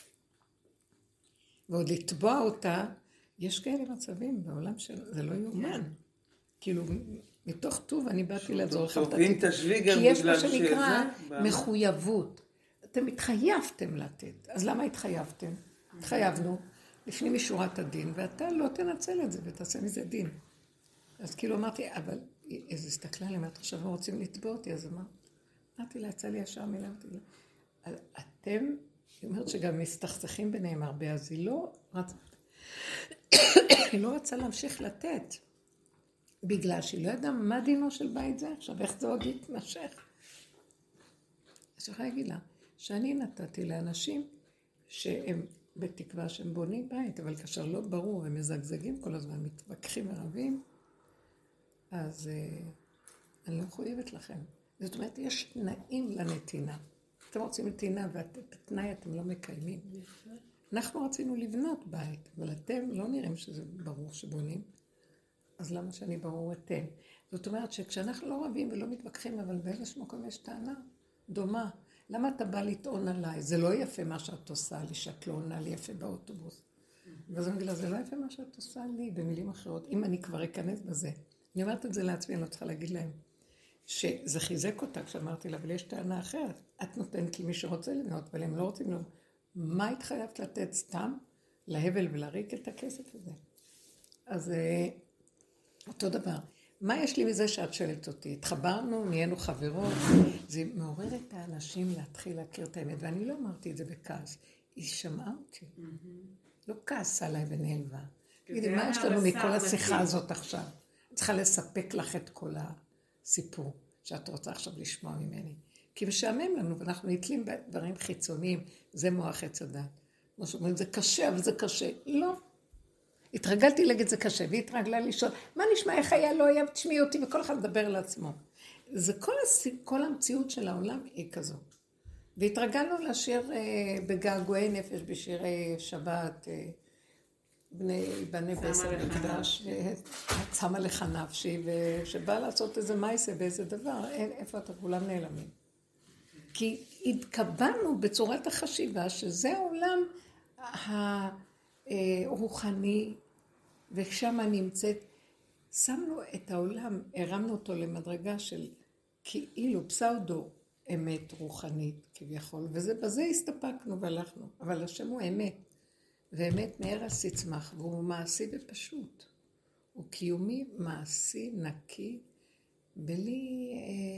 ועוד לתבוע אותה, יש כאלה מצבים בעולם זה לא יאומן. כאילו, מתוך טוב אני באתי לעזור לך. כי יש מה שנקרא מחויבות. אתם התחייבתם לתת, אז למה התחייבתם? התחייבנו לפני משורת הדין, ואתה לא תנצל את זה ותעשה מזה דין. אז כאילו אמרתי, אבל איזו הסתכלה לי, אמרת, עכשיו רוצים לתבוע אותי, אז אמרתי לה, יצא לי ישר מילה, אמרתי לה, אתם, היא אומרת שגם מסתכסכים ביניהם הרבה, אז היא לא רצה להמשיך לתת, בגלל שהיא לא ידעה מה דינו של בית זה, עכשיו איך זה עוד יתמשך. אז אני יכולה להגיד לה, שאני נתתי לאנשים שהם בתקווה שהם בונים בית, אבל כאשר לא ברור, הם מזגזגים כל הזמן, מתווכחים ורבים, אז אני לא מחויבת לכם. זאת אומרת, יש תנאים לנתינה. אתם רוצים נתינה, ובתנאי אתם לא מקיימים. אנחנו רצינו לבנות בית, אבל אתם לא נראים שזה ברור שבונים, אז למה שאני ברור אתם? זאת אומרת שכשאנחנו לא רבים ולא מתווכחים, אבל באיזשהו מקום יש טענה דומה. למה אתה בא לטעון עליי? זה לא יפה מה שאת עושה לי, שאת לא עונה לי יפה באוטובוס. ואז אני אגיד, זה לא יפה מה שאת עושה לי, במילים אחרות, אם אני כבר אכנס בזה. אני אומרת את זה לעצמי, אני לא צריכה להגיד להם, שזה חיזק אותה כשאמרתי לה, אבל יש טענה אחרת. את נותנת לי מי שרוצה לבנות, אבל הם לא רוצים לו. מה התחייבת לתת סתם? להבל ולהריק את הכסף הזה. אז אותו דבר. מה יש לי מזה שאת שואלת אותי? התחברנו, נהיינו חברות. זה מעורר את האנשים להתחיל להכיר את האמת, ואני לא אמרתי את זה בכעס. היא שמעה אותי. לא כעסה עליי ונעלבה. תגידי, מה יש לנו מכל השיחה הזאת עכשיו? צריכה לספק לך את כל הסיפור שאת רוצה עכשיו לשמוע ממני. כי משעמם לנו, ואנחנו נתלים בדברים חיצוניים, זה מוח עץ הדת. כמו שאומרים, זה קשה, אבל זה קשה. לא. התרגלתי להגיד זה קשה, והיא התרגלה לשאול, מה נשמע, איך היה, לא היה, תשמעי אותי, וכל אחד מדבר על עצמו. זה כל המציאות של העולם היא כזו. והתרגלנו לשיר בגעגועי נפש, בשירי שבת, בני בית המקדש, שמה לך נפשי, ושבא לעשות איזה מייסה באיזה דבר, איפה אתה כולם נעלמים. כי התקבלנו בצורת החשיבה שזה העולם הרוחני, ושם נמצאת, שמנו את העולם, הרמנו אותו למדרגה של כאילו פסאודו אמת רוחנית כביכול, ובזה הסתפקנו והלכנו, אבל השם הוא אמת. ואמת מארץ תצמח, והוא מעשי ופשוט. הוא קיומי, מעשי, נקי, בלי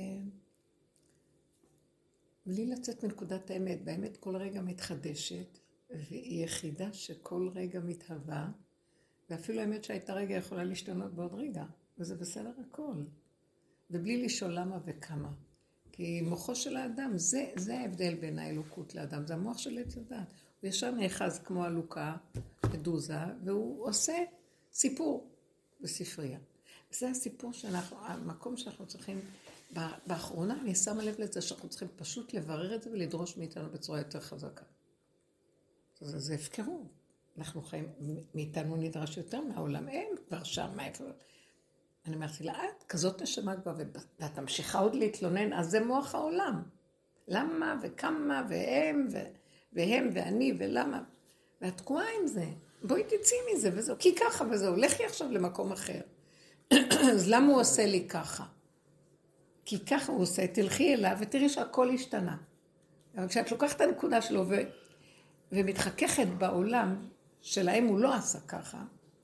לצאת מנקודת האמת. באמת כל רגע מתחדשת, והיא יחידה שכל רגע מתהווה, ואפילו האמת שהייתה רגע יכולה להשתנות בעוד רגע, וזה בסדר הכל. ובלי לשאול למה וכמה. כי מוחו של האדם, זה ההבדל בין האלוקות לאדם, זה המוח של עץ הדת. הוא ישר נאחז כמו הלוקה, מדוזה, והוא עושה סיפור בספרייה. וזה הסיפור שאנחנו, המקום שאנחנו צריכים, באחרונה אני שמה לב לזה שאנחנו צריכים פשוט לברר את זה ולדרוש מאיתנו בצורה יותר חזקה. זה הפקרות. אנחנו חיים, מאיתנו נדרש יותר מהעולם, אין כבר שם, מאיפה. אני אומרת לה, את כזאת נשמה כבר, ואת ממשיכה עוד להתלונן, אז זה מוח העולם. למה וכמה והם ואני ולמה. ואת תקועה עם זה. בואי תצאי מזה וזהו. כי ככה וזהו. לכי עכשיו למקום אחר. אז למה הוא עושה לי ככה? כי ככה הוא עושה. תלכי אליו ותראי שהכל השתנה. אבל כשאת לוקחת את הנקודה שלו ומתחככת בעולם שלהם הוא לא עשה ככה,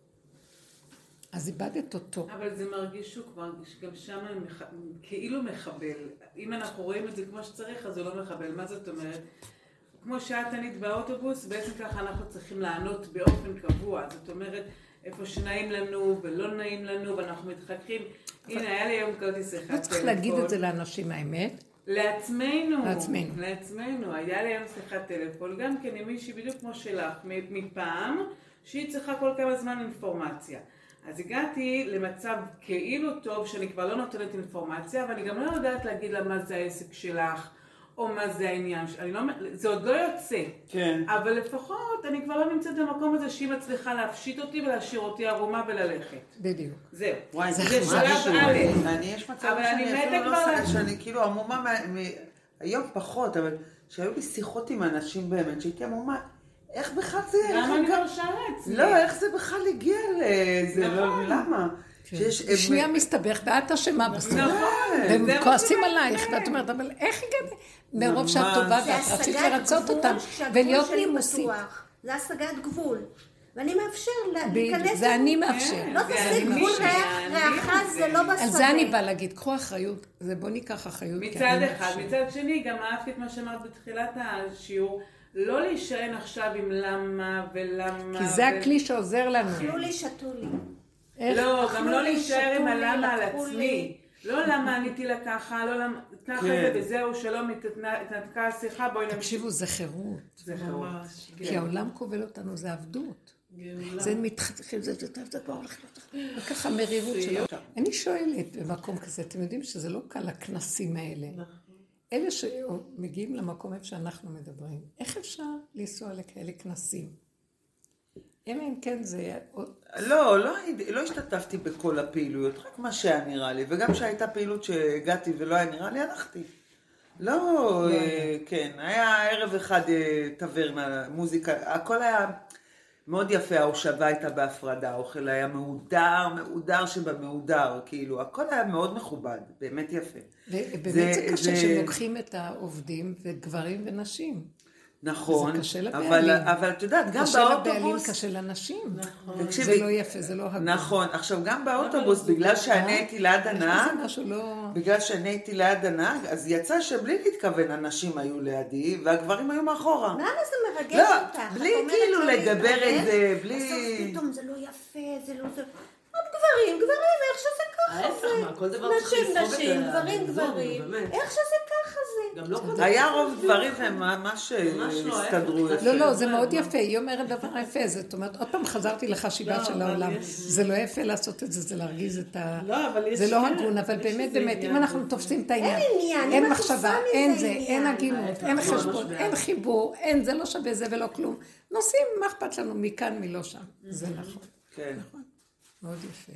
אז איבדת אותו. אבל זה מרגיש שהוא כבר, גם שם כאילו מחבל. אם אנחנו רואים את זה כמו שצריך, אז הוא לא מחבל. מה זאת אומרת? כמו שאת ענית באוטובוס, בעצם ככה אנחנו צריכים לענות באופן קבוע. זאת אומרת, איפה שנעים לנו ולא נעים לנו, ואנחנו מתחככים. הנה, היה לי היום כזאת שיחת טלפון. לא צריך להגיד את זה לאנשים, האמת. לעצמנו. היה לי היום שיחת טלפון, גם כן עם מישהי בדיוק כמו שלך, מפעם, שהיא צריכה כל כמה זמן אינפורמציה. אז הגעתי למצב כאילו טוב שאני כבר לא נותנת אינפורמציה, אבל אני גם לא יודעת להגיד לה מה זה העסק שלך, או מה זה העניין. זה עוד לא יוצא. כן. אבל לפחות אני כבר לא נמצאת במקום הזה שהיא מצליחה להפשיט אותי ולהשאיר אותי ערומה וללכת. בדיוק. זהו. וואי, זה שלב א'. יש מצב שאני כאילו עמומה, היום פחות, אבל שהיו לי שיחות עם אנשים באמת, שהייתי עמומה, איך בכלל זה... למה אני מרשה לעצמי? לא, איך זה בכלל הגיע לזה? למה? שנייה מסתבך, ואת אשמה בסוף. והם כועסים עלייך, ואת אומרת, אבל איך הגעתי? מרוב שאת טובה, ואת רצית לרצות אותם, ולהיות נימוסית. זה השגת גבול. ואני מאפשר להיכנס... זה אני מאפשר. לא תשיג גבול ריחה, זה לא בשדה. על זה אני באה להגיד, קחו אחריות, בוא ניקח אחריות. מצד אחד, מצד שני, גם אהבתי את מה שאמרת בתחילת השיעור, לא להישען עכשיו עם למה ולמה. כי זה הכלי שעוזר לנו. אכלו לי, שתו לי. לא, גם לא להישאר עם הלמה על עצמי. לא למה עניתי לה ככה, לא למה, ככה זה וזהו, שלום, התנתקה השיחה, בואי נמשיך. תקשיבו, זה חירות. זה חירות. כי העולם כובל אותנו, זה עבדות. זה מתחתכים, זה כבר הולך להיות. וככה מרירות שלו. אני שואלת במקום כזה, אתם יודעים שזה לא קל הכנסים האלה. אלה שמגיעים למקום איפה שאנחנו מדברים, איך אפשר לנסוע לכאלה כנסים? אם כן זה... לא השתתפתי בכל הפעילויות, רק מה שהיה נראה לי, וגם שהייתה פעילות שהגעתי ולא היה נראה לי, הלכתי. לא, כן, היה ערב אחד טברנה, מוזיקה, הכל היה מאוד יפה, ההושבה הייתה בהפרדה, האוכל היה מהודר שבמהודר, כאילו, הכל היה מאוד מכובד, באמת יפה. ובאמת זה קשה שלוקחים את העובדים וגברים ונשים. נכון, זה קשה לבעלים. אבל את יודעת, גם באוטובוס... קשה לבעלים, קשה לנשים. זה לא יפה, זה לא הגון. נכון, עכשיו גם באוטובוס, בגלל שאני הייתי ליד הנהג, אז יצא שבלי להתכוון אנשים היו לידי, והגברים היו מאחורה. למה זה מרגש אותך? בלי כאילו לדבר את זה, בלי... בסוף פתאום זה לא יפה, זה לא... גברים, איך שזה ככה זה. נשים, גברים, איך שזה ככה זה. היה רוב דברים והם ממש הסתדרו יפה. לא, זה מאוד יפה, היא אומרת דבר יפה, זאת אומרת, עוד פעם חזרתי לחשיבה של העולם, זה לא יפה לעשות את זה, זה להרגיז את ה... זה לא הגון, אבל באמת, אם אנחנו תופסים את העניין, אין מחשבה, אין זה, אין הגינות, אין חשבון, אין חיבור, אין, זה לא שווה זה ולא כלום. נוסעים, מה אכפת לנו מכאן, מלא שם, זה נכון. כן. מאוד יפה.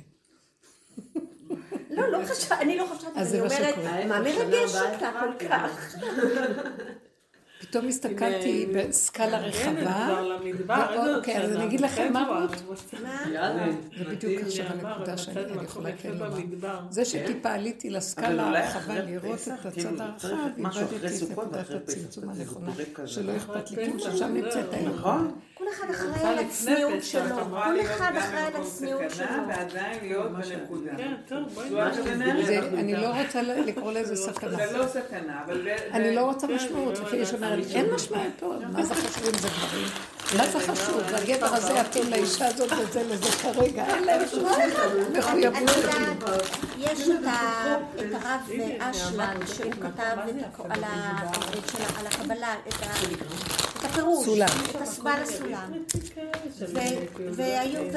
לא חשבתי, אני לא חשבתי, אני אומרת, מה מרגש אותה כל כך? פתאום הסתכלתי בסקאלה רחבה. אוקיי, אז אני אגיד לכם מה רות. זה בדיוק עכשיו הנקודה שאני יכולה כן לומר. זה שטיפה עליתי לסקאלה הרחבה לראות את הצד הרחב, איבדתי את נקודת הצמצום הנכונה, שלא אכפת לי, כמו ששם נמצאת היום. כל אחד אחראי על הצניעות שלו, כל אחד אחראי על הצניעות שלו. ועדיין להיות בנקודה. כן, טוב, בואי. אני לא רוצה לקרוא לזה סכנה. זה לא סכנה, אבל... אני לא רוצה משמעות, לפי שאומרת, אין משמעות פה, מה זה חשוב אם זה גברים? מה זה חשוב? הגבר הזה יתאים לאישה הזאת וזה לזה כרגע, אין להם שום מחויבות. יש את הרב אשלן, שהוא כתב על הקבלה, את הפירוש, את הסבל הסולם. והיו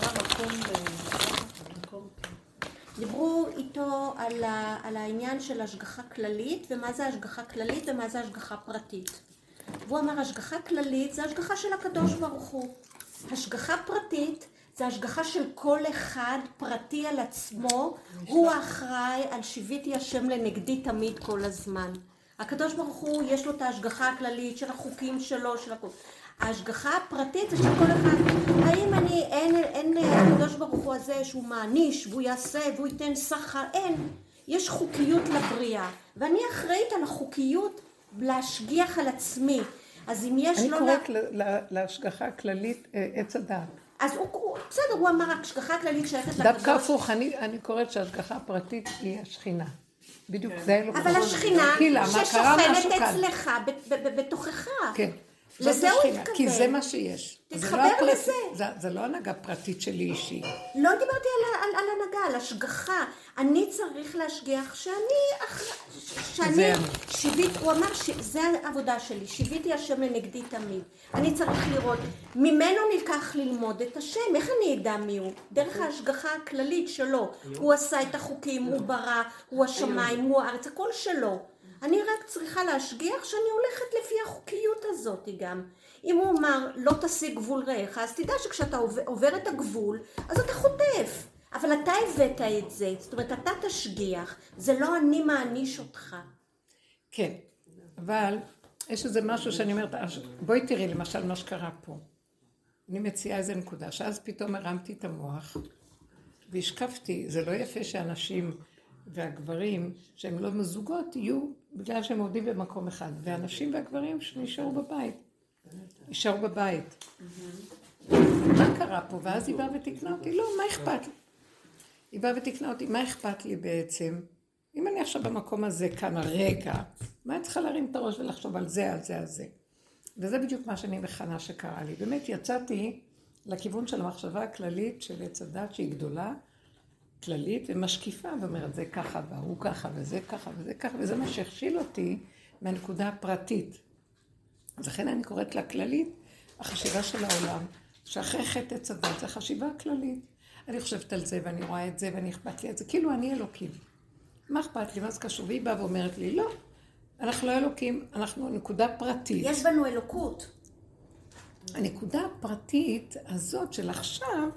דיברו איתו על העניין של השגחה כללית, ומה זה השגחה כללית ומה זה השגחה פרטית. והוא אמר, השגחה כללית זה השגחה של הקדוש ברוך הוא. השגחה פרטית זה השגחה של כל אחד פרטי על עצמו, הוא האחראי על שיוויתי השם לנגדי תמיד כל הזמן. הקדוש ברוך הוא יש לו את ההשגחה הכללית של החוקים שלו, של הכל. ההשגחה הפרטית זה של כל אחד. האם אין הקדוש ברוך הוא הזה שהוא מעניש והוא יעשה והוא ייתן שכר? אין. יש חוקיות לבריאה. ואני אחראית על החוקיות להשגיח על עצמי. אז אם יש אני לו... קוראת להשגחה הכללית עץ הדעת. אז בסדר, הוא אמר, השגחה כללית שייכת לקדוש. דווקא הפוך, אני קוראת שהשגחה הפרטית היא השכינה. בדיוק, זה אלוקות. אבל השכינה ששוכנת כאן. אצלך, בתוכך. כן. לזה הוא השכינה, התכוון. כי זה מה שיש. תתחבר לזה. זה לא הנהגה פרטית שלי אישי. לא דיברתי על הנהגה, על השגחה. אני צריך להשגיח שאני שיבית, הוא אמר שזה העבודה שלי, שיביתי השם לנגדי תמיד. אני צריך לראות, ממנו נלקח ללמוד את השם, איך אני אדע מי הוא? דרך ההשגחה הכללית שלו. הוא עשה את החוקים, הוא ברא, הוא השמיים, הוא הארץ, הכל שלו. אני רק צריכה להשגיח שאני הולכת לפי החוקיות הזאת גם. אם הוא אמר לא תשיג גבול רעך, אז תדע שכשאתה עובר את הגבול, אז אתה חוטף. אבל אתה הבאת את זה, זאת אומרת אתה תשגיח, זה לא אני מעניש אותך. כן, אבל יש איזה משהו שאני אומרת, בואי תראי למשל מה שקרה פה. אני מציעה איזה נקודה, שאז פתאום הרמתי את המוח, והשקפתי, זה לא יפה שאנשים והגברים שהם לא מזוגות יהיו בגלל שהם עובדים במקום אחד, והנשים והגברים שנשארו בבית, נשארו בבית. מה קרה פה? ואז היא באה ותקנה אותי, לא, מה אכפת לי? היא באה ותקנה אותי, מה אכפת לי בעצם? אם אני עכשיו במקום הזה כאן הרגע, מה אני צריכה להרים את הראש ולחשוב על זה, על זה, על זה? וזה בדיוק מה שאני מכנה שקרה לי. באמת יצאתי לכיוון של המחשבה הכללית של עץ הדת שהיא גדולה, כללית ומשקיפה, ואומרת זה ככה והוא ככה וזה ככה וזה ככה, וזה מה שהכשיל אותי מהנקודה הפרטית. אז לכן אני קוראת לה כללית, החשיבה של העולם, שאחרי חטא עץ הדת זה חשיבה כללית. אני חושבת על זה ואני רואה את זה ואני אכפת לי את זה, כאילו אני אלוקים. מה אכפת לי? מה זה קשור? והיא באה ואומרת לי, לא, אנחנו לא אלוקים, אנחנו נקודה פרטית. יש בנו אלוקות. הנקודה הפרטית הזאת של עכשיו,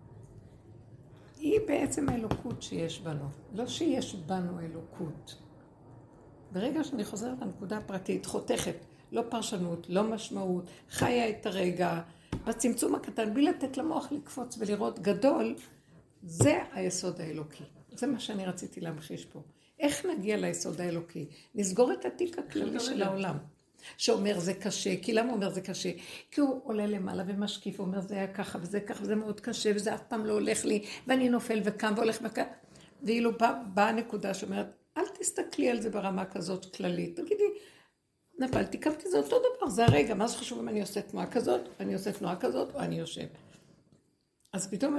היא בעצם האלוקות שיש בנו. לא שיש בנו אלוקות. ברגע שאני חוזרת לנקודה הפרטית, חותכת, לא פרשנות, לא משמעות, חיה את הרגע, בצמצום הקטן, בלי לתת למוח לקפוץ ולראות גדול, זה היסוד האלוקי. זה מה שאני רציתי להמחיש פה. איך נגיע ליסוד האלוקי? נסגור את התיק הכללי של העולם, שאומר זה קשה. כי למה הוא אומר זה קשה? כי הוא עולה למעלה ומשקיף, הוא אומר זה היה ככה וזה ככה, וזה מאוד קשה, וזה אף פעם לא הולך לי, ואני נופל וקם והולך וקם. ואילו באה הנקודה שאומרת, אל תסתכלי על זה ברמה כזאת כללית. תגידי, נפלתי, קמתי, זה אותו דבר, זה הרגע. מה זה חשוב אם אני עושה תנועה כזאת, אני עושה תנועה כזאת, או אני יושב. אז פתאום,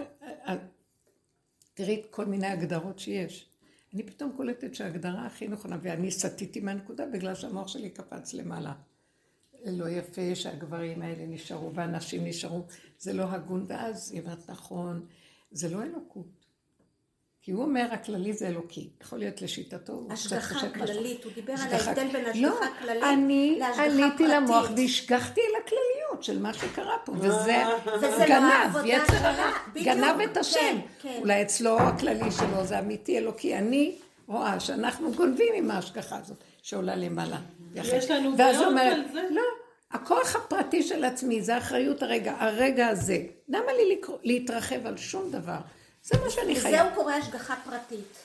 תראי את כל מיני הגדרות שיש. אני פתאום קולטת שההגדרה הכי נכונה, ואני סטיתי מהנקודה בגלל שהמוח שלי קפץ למעלה. לא יפה שהגברים האלה נשארו והנשים נשארו, זה לא הגון, ואז היא אומרת נכון, זה לא אלוקות. כי הוא אומר, הכללי זה אלוקי. יכול להיות לשיטתו. השגחה כללית, הוא דיבר על ההבדל בין השגחה כללית להשגחה פרטית. אני עליתי למוח והשגחתי על הכלליות של מה שקרה פה, וזה לא גנב, יצר הרע, בדיוק, גנב את השם. כן. אולי אצלו הכללי שלו זה אמיתי אלוקי. אני רואה שאנחנו גונבים עם ההשגחה הזאת, שעולה למעלה. יש לנו ואז בעיות אומרת, על זה? לא, הכוח הפרטי של עצמי, זה האחריות הרגע הזה. למה לי להתרחב על שום דבר? זה מה שאני חייב. וזהו קורא השגחה פרטית.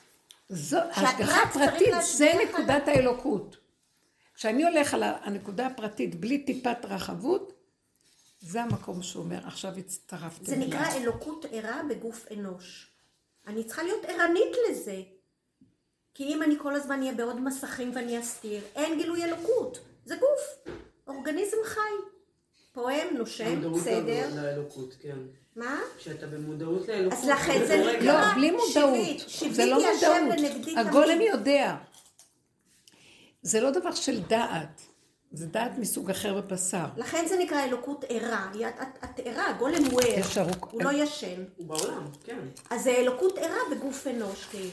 השגחה פרטית זה נקודת האלוקות. כשאני הולך על הנקודה הפרטית בלי טיפת רחבות, זה המקום שהוא אומר, עכשיו הצטרפתי. זה נקרא אלוקות ערה בגוף אנוש. אני צריכה להיות ערנית לזה. כי אם אני כל הזמן אהיה בעוד מסכים ואני אסתיר, אין גילוי אלוקות. זה גוף, אורגניזם חי. פועם, נושם, בסדר. מודעות לאלוקות, כן. מה? כשאתה במודעות לאלוקות. אז לכן זה נקרא, לא, בלי מודעות. זה לא מודעות. הגולם יודע. זה לא דבר של דעת. זה דעת מסוג אחר בבשר. לכן זה נקרא אלוקות ערה. את ערה, הגולם הוא ער. הוא לא ישן. הוא בעולם, כן. אז זה אלוקות ערה בגוף אנוש כאילו.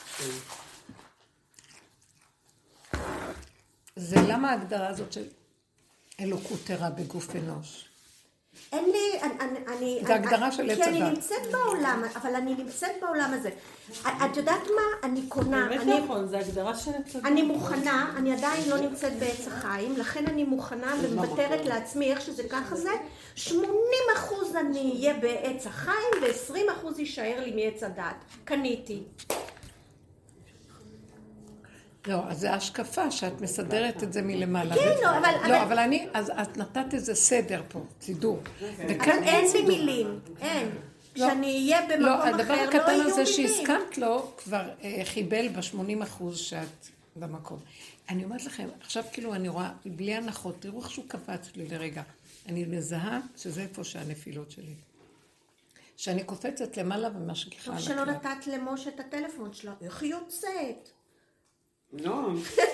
זה למה ההגדרה הזאת של אלוקות ערה בגוף אנוש? אין לי, זה הגדרה של עץ כי אני הדת. נמצאת בעולם, אבל אני נמצאת בעולם הזה. את יודעת מה? אני קונה. באמת נכון, זה הגדרה של עץ הדת. אני מוכנה, אני עדיין לא נמצאת בעץ החיים, לכן אני מוכנה ומוותרת לעצמי איך שזה ככה זה. 80% אני אהיה בעץ החיים ו20% יישאר לי מעץ הדת. קניתי. לא, אז זה השקפה שאת מסדרת את זה מלמעלה. כן, לא, אבל... לא, אבל אני, אז את נתת איזה סדר פה, סידור. אבל אין לי מילים, אין. כשאני אהיה במקום אחר, לא יהיו מילים. הדבר הקטן הזה שהסכמת לו, כבר חיבל ב-80% שאת במקום. אני אומרת לכם, עכשיו כאילו אני רואה, בלי הנחות, תראו איך שהוא קפץ לי לרגע. אני מזהה שזה איפה שהנפילות שלי. שאני קופצת למעלה ומשגיחה על שלא נתת למשה את הטלפון שלו, איך היא יוצאת? לא.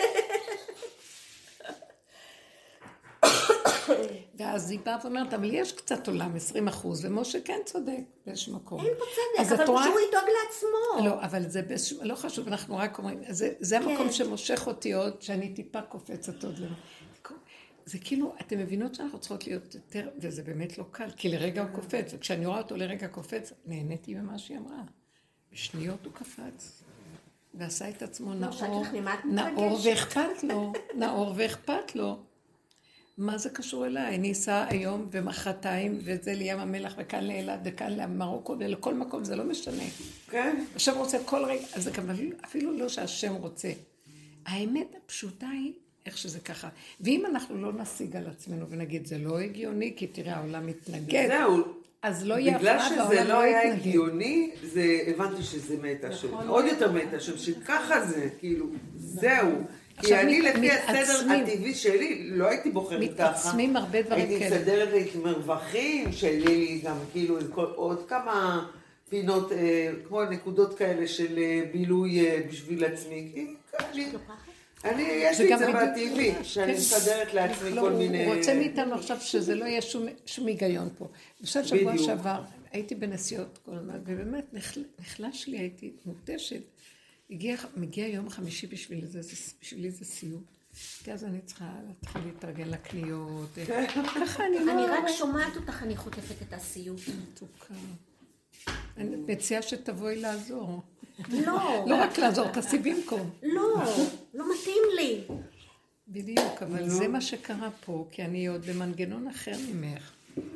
ואז היא באה ואומרת, אבל יש קצת עולם, 20%, ומשה כן צודק באיזשהו מקום. אין פה צדק, אבל שהוא ידאג לעצמו. לא, אבל זה לא חשוב, אנחנו רק אומרים, זה המקום שמושך אותי עוד, שאני טיפה קופצת עוד למה. זה כאילו, אתם מבינות שאנחנו צריכות להיות יותר, וזה באמת לא קל, כי לרגע הוא קופץ, וכשאני רואה אותו לרגע קופץ, נהניתי ממה שהיא אמרה. בשניות הוא קפץ, ועשה את עצמו נאור ואכפת לו. מה זה קשור אליי? אני אסע היום ומחרתיים, וזה לים המלח, וכאן לאילת, וכאן למרוקו, ולכל מקום, זה לא משנה. כן. השם רוצה כל רגע, אז זה אפילו לא שהשם רוצה. האמת הפשוטה היא, איך שזה ככה. ואם אנחנו לא נשיג על עצמנו ונגיד, זה לא הגיוני, כי תראה, העולם מתנגד. זהו. אז לא יהיה בגלל הפרעה, שזה לא היה הגיוני, הבנתי שזה מתה שם. עוד יותר מתה שם, שככה זה, כאילו, זהו. כי אני לפי הסדר הטבעי שלי, לא הייתי בוחרת ככה. מתעצמים הרבה דברים כאלה. הייתי מסדרת לי מרווחים, שלי לי גם כאילו עוד כמה פינות, כמו נקודות כאלה של בילוי בשביל עצמי. אני, יש לי את זה בטבעי, שאני מסדרת לעצמי כל מיני... הוא רוצה מאיתנו עכשיו שזה לא יהיה שום היגיון פה. בשביל שבוע שעבר, הייתי בנסיעות כל הזמן, ובאמת נחלש לי, הייתי מותשת. מגיע יום חמישי בשבילי זה סיוט. כי אז אני צריכה להתחיל להתארגן לקניות. ככה אני לא... אני רק שומעת אותך, אני חוטפת את הסיוט. מתוקה. אני מציעה שתבואי לעזור. לא. לא רק לעזור, תעשי במקום. לא מתאים לי. בדיוק, אבל זה מה שקרה פה, כי אני עוד במנגנון אחר ממך.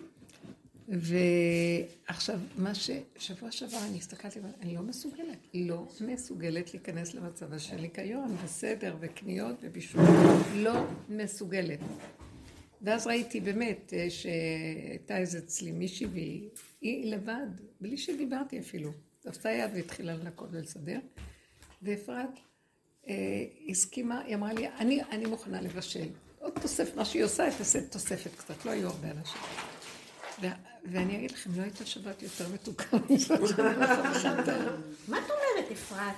ועכשיו, שבוע שעבר אני הסתכלתי, אני לא מסוגלת להיכנס למצב של ניקיון וסדר וקניות ובישול. לא מסוגלת. ואז ראיתי באמת שהייתה איזה אצלי מישהי והיא לבד, בלי שדיברתי אפילו. עשתה יד והתחילה לנקות ולסדר. ואפרת הסכימה, היא אמרה לי, אני מוכנה לבשל. עוד תוסף, מה שהיא עושה, תעשה תוספת קצת, לא היו הרבה אנשים. ואני אגיד לכם, לא הייתה שבת יותר מתוקה מזאת שאני לא חושבת. מה את אומרת, אפרת?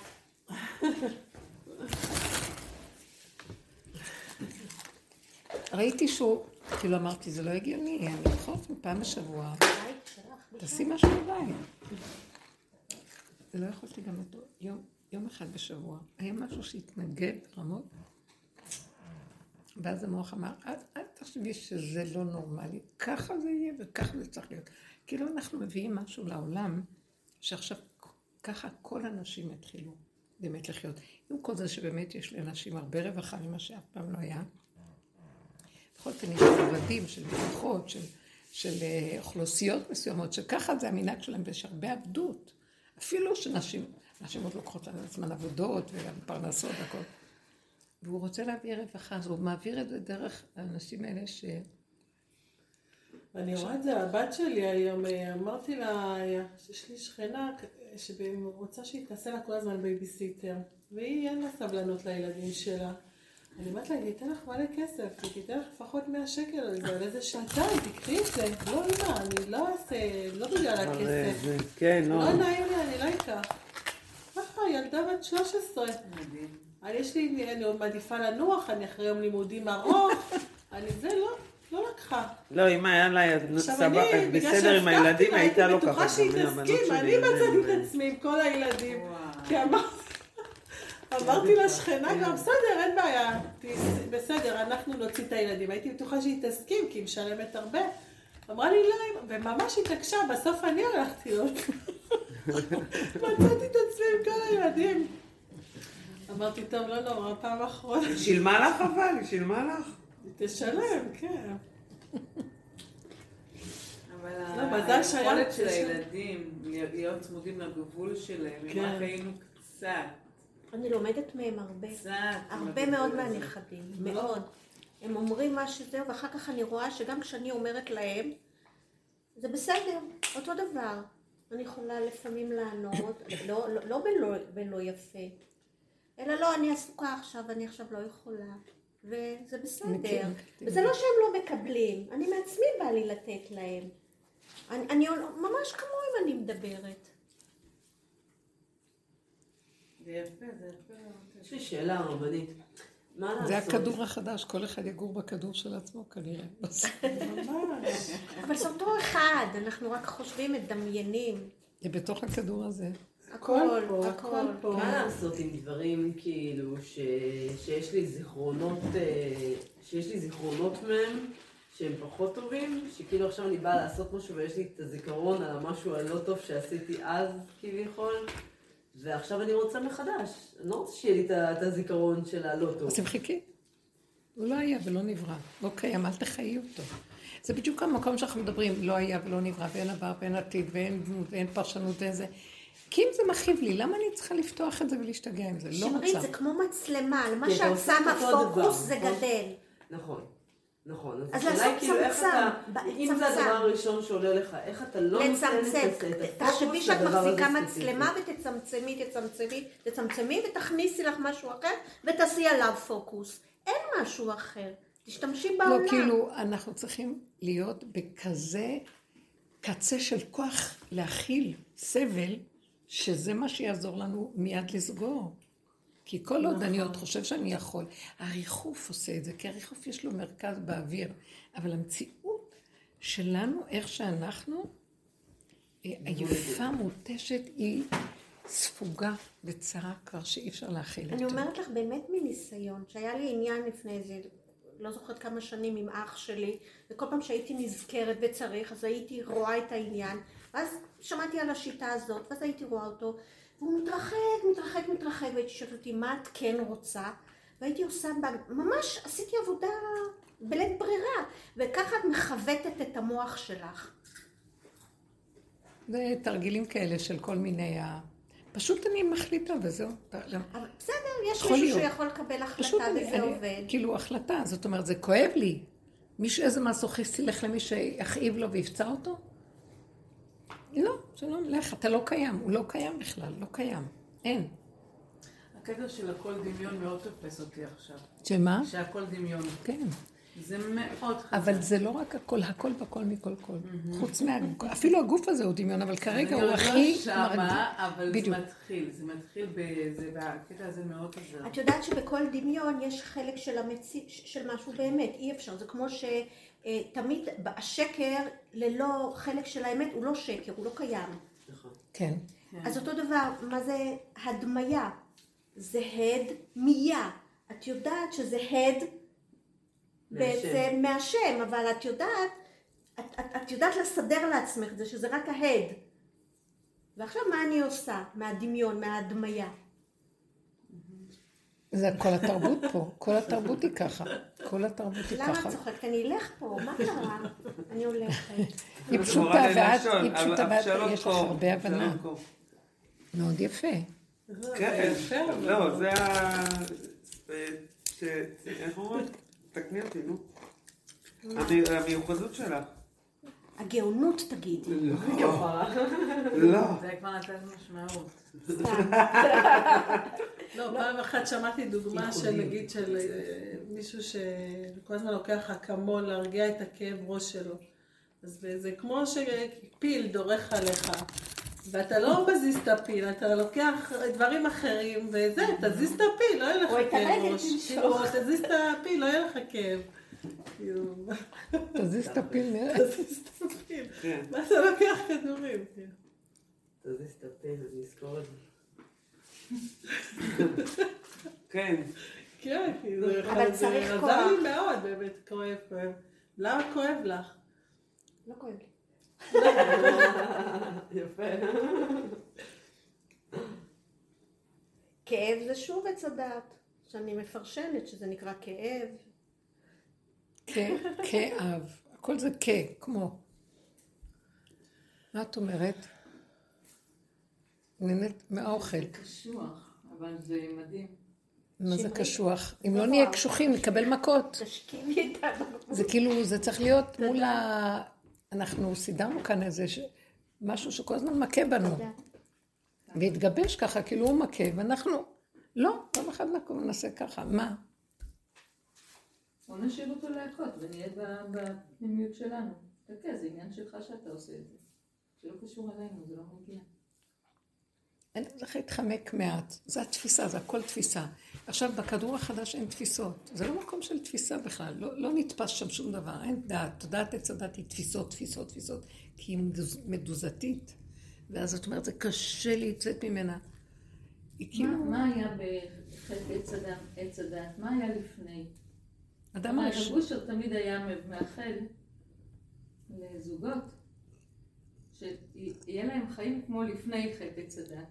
ראיתי שהוא, כאילו אמרתי, זה לא הגיוני, אני אכוף מפעם בשבוע. תעשי משהו בבית. זה לא יכולתי גם אותו, יום אחד בשבוע. היה משהו שהתנגד רמות. ואז המוח אמר, אל תחשבי שזה לא נורמלי, ככה זה יהיה וככה זה צריך להיות. כאילו אנחנו מביאים משהו לעולם, שעכשיו ככה כל אנשים יתחילו באמת לחיות. עם כל זה שבאמת יש לאנשים הרבה רווחה ממה שאף פעם לא היה. בכל זאת יש עבדים של משפחות, של אוכלוסיות מסוימות, שככה זה המנהג שלהם, ויש הרבה עבדות. אפילו שנשים עוד לוקחות לעצמן עבודות וגם פרנסות והכל. והוא רוצה להביא רווחה, אז הוא מעביר את זה דרך האנשים האלה אני רואה את זה, הבת שלי היום, אמרתי לה, שיש לי שכנה שרוצה שהיא תעשה לה כל הזמן בייביסיטר, והיא אין לה סבלנות לילדים שלה. אני אומרת לה, היא תיתן לך מלא כסף, היא תיתן לך לפחות 100 שקל על זה, על איזה שעתיים, תקחי את זה. לא, אמא, אני לא אעשה, לא בגלל הכסף. כן, לא נעים לי, אני לא אקח. ככה, ילדה בת 13. אני עוד מעדיפה לנוח, אני אחרי יום לימודים ארוך, זה לא לקחה. לא, אמא היה לה בסדר עם הילדים, הייתה לא ככה. אני מצאתי את עצמי עם כל הילדים. כי אמרתי לשכנה גם, בסדר, אין בעיה. בסדר, אנחנו נוציא את הילדים. הייתי בטוחה שהיא תסכים, כי היא משלמת הרבה. אמרה לי לא, וממש התעקשה, בסוף אני הלכתי עוד. מצאתי את עצמי עם כל הילדים. אמרתי, טוב, לא נורא, פעם אחרונה. היא שילמה לך אבל? היא שילמה לך? היא תשלם, כן. אבל היכולת של הילדים להיות צמודים לגבול שלהם, אם רק היינו קצת. אני לומדת מהם הרבה מאוד מהנכדים, מאוד. הם אומרים מה שזהו, ואחר כך אני רואה שגם כשאני אומרת להם, זה בסדר, אותו דבר. אני יכולה לפעמים לענות, לא בלא יפה, אלא לא, אני עסוקה עכשיו, אני עכשיו לא יכולה. וזה בסדר. וזה לא שהם לא מקבלים, אני מעצמי בא לי לתת להם. אני ממש כמוהם אני מדברת. זה יפה, זה יפה. יש לי שאלה רבנית. מה לעשות? זה הכדור החדש, כל אחד יגור בכדור של עצמו כנראה. אבל זה אותו אחד, אנחנו רק חושבים, מדמיינים. זה בתוך הכדור הזה. הכל פה. מה לעשות עם דברים כאילו שיש לי זיכרונות מהם שהם פחות טובים, שכאילו עכשיו אני באה לעשות משהו ויש לי את הזיכרון על המשהו הלא טוב שעשיתי אז כביכול, ועכשיו אני רוצה מחדש. אני לא רוצה שיהיה לי את הזיכרון של הלא טוב. אז תמחקי. הוא לא היה ולא נברא. לא קיים, אל תחיי אותו. זה בדיוק המקום שאנחנו מדברים, לא היה ולא נברא, ואין עבר ואין עתיד ואין דמות ואין פרשנות ואין זה. כי אם זה מכאיב לי, למה אני צריכה לפתוח את זה ולהשתגע עם זה? לא שמרית, רוצה. זה כמו מצלמה, למה שאת שמה פוקוס זה גדל. נכון. אז השאלה היא כאילו איך אתה, אם זה צמצם. הדבר הראשון שעולה לך, איך אתה לא נותן את הפוקוס תחשבי שאת מחזיקה ספציפי. מצלמה ותצמצמי ותכניסי לך משהו אחר ותעשי עליו פוקוס. אין משהו אחר. תשתמשי בעולם. לא, כאילו, אנחנו צריכים להיות בכזה קצה של כוח להכיל סבל, שזה מה שיעזור לנו מיד לסגור. כי כל עוד אני עוד חושב שאני יכול, הריחוף עושה את זה, כי הריחוף יש לו מרכז באוויר, אבל המציאות שלנו, איך שאנחנו, היפה מותשת היא ספוגה וצרה כבר שאי אפשר להכיל אני אותו. אומרת לך באמת מניסיון, שהיה לי עניין לפני זה, לא זוכרת כמה שנים עם אח שלי, וכל פעם שהייתי נזכרת וצריך, אז הייתי רואה את העניין, ואז שמעתי על השיטה הזאת, ואז הייתי רואה אותו, והוא מתרחק, והייתי שואלת אותי, מה את כן רוצה? והייתי עושה, ממש עשיתי עבודה בלית ברירה, וככה את מחוותת את המוח שלך. זה תרגילים כאלה של כל מיני, פשוט אני מחליטה וזהו. אבל בסדר, יש מישהו שיכול לקבל החלטה וזה עובד. כאילו החלטה, זאת אומרת, זה כואב לי. מישהו איזה מסוכיסט ילך למי שיכאיב לו ויפצע אותו? לא, שלא, לך, אתה לא קיים, הוא לא קיים בכלל, לא קיים, אין. הקטע של הכל דמיון מאוד תופס אותי עכשיו. שמה? שהכל דמיון. כן. זה מאוד חזק. אבל זה לא רק הכל, הכל בכל מכל כל. חוץ אפילו הגוף הזה הוא דמיון, אבל כרגע הוא הכי אני עוד לא שמה, אבל בדיוק. זה מתחיל בקטע הזה מאוד עזר. את יודעת שבכל דמיון יש חלק של משהו באמת, אי אפשר. זה כמו שתמיד השקר ללא חלק של האמת הוא לא שקר, הוא לא קיים. כן. אז אותו דבר, מה זה הדמיה? זה הדמיה. את יודעת שזה בעצם מהשם, אבל את יודעת לסדר לעצמך את זה, שזה רק ההד. ועכשיו מה אני עושה? מהדמיון, מההדמיה. זה כל התרבות פה, כל התרבות היא ככה. כל התרבות היא ככה. למה את צוחקת? אני אלך פה, מה קרה? אני הולכת. היא פשוטה ואת, יש לך הרבה הבנה. מאוד יפה. כן, לא, זה איך אומרת? תקני אותי, נו. המיוחדות שלך. הגאונות תגידי. לא. זה כבר נתן משמעות. לא, פעם אחת שמעתי דוגמה של נגיד של מישהו שכל הזמן לוקח אקמול להרגיע את הכאב ראש שלו. אז זה כמו שפיל דורך עליך. ואתה לא מזיז את הפיל, אתה לוקח דברים אחרים וזה, תזיז את הפיל, לא יהיה לך כאב ראש. תזיז את הפיל, לא יהיה לך כאב. תזיז את הפיל, נראה. תזיז את הפיל. מה אתה לוקח כדורים? תזיז את הפיל, אני אזכור את זה. כן. כן, זה צריך כוח. עזר לי מאוד, באמת, כואב. למה כואב לך? לא כואב לי. יפה. כאב זה שוב עץ הדעת, שאני מפרשנת שזה נקרא כאב. כאב. הכל זה כמו. מה את אומרת? נהנית מהאוכל. קשוח. אבל זה מדהים. מה זה קשוח? אם לא נהיה קשוחים, נקבל מכות. תשכימי איתנו. זה כאילו, זה צריך להיות מול ה... אנחנו סידרנו כאן איזה משהו שכל הזמן מכה בנו. והתגבש ככה, כאילו הוא מכה, ואנחנו... לא, פעם אחת נעשה ככה. מה? בוא נשאיר אותו להכות ונהיה בפנימיות שלנו. תקה, זה עניין שלך שאתה עושה את זה. שלא קשור אלינו, זה לא מגיע. אני צריך להתחמק מעט. זה התפיסה, זה הכל תפיסה. עכשיו, בכדור החדש אין תפיסות. זה לא מקום של תפיסה בכלל. לא נתפס שם שום דבר. אין דעת. תודעת עץ הדת היא תפיסות, תפיסות, תפיסות. כי היא מדוזתית. ואז זאת אומרת, זה קשה להיצאת ממנה. מה היה בחטא עץ הדת? מה היה לפני? אדם הראשון. הגושר תמיד היה מאחד לזוגות, שיהיה להם חיים כמו לפני חטא עץ הדת.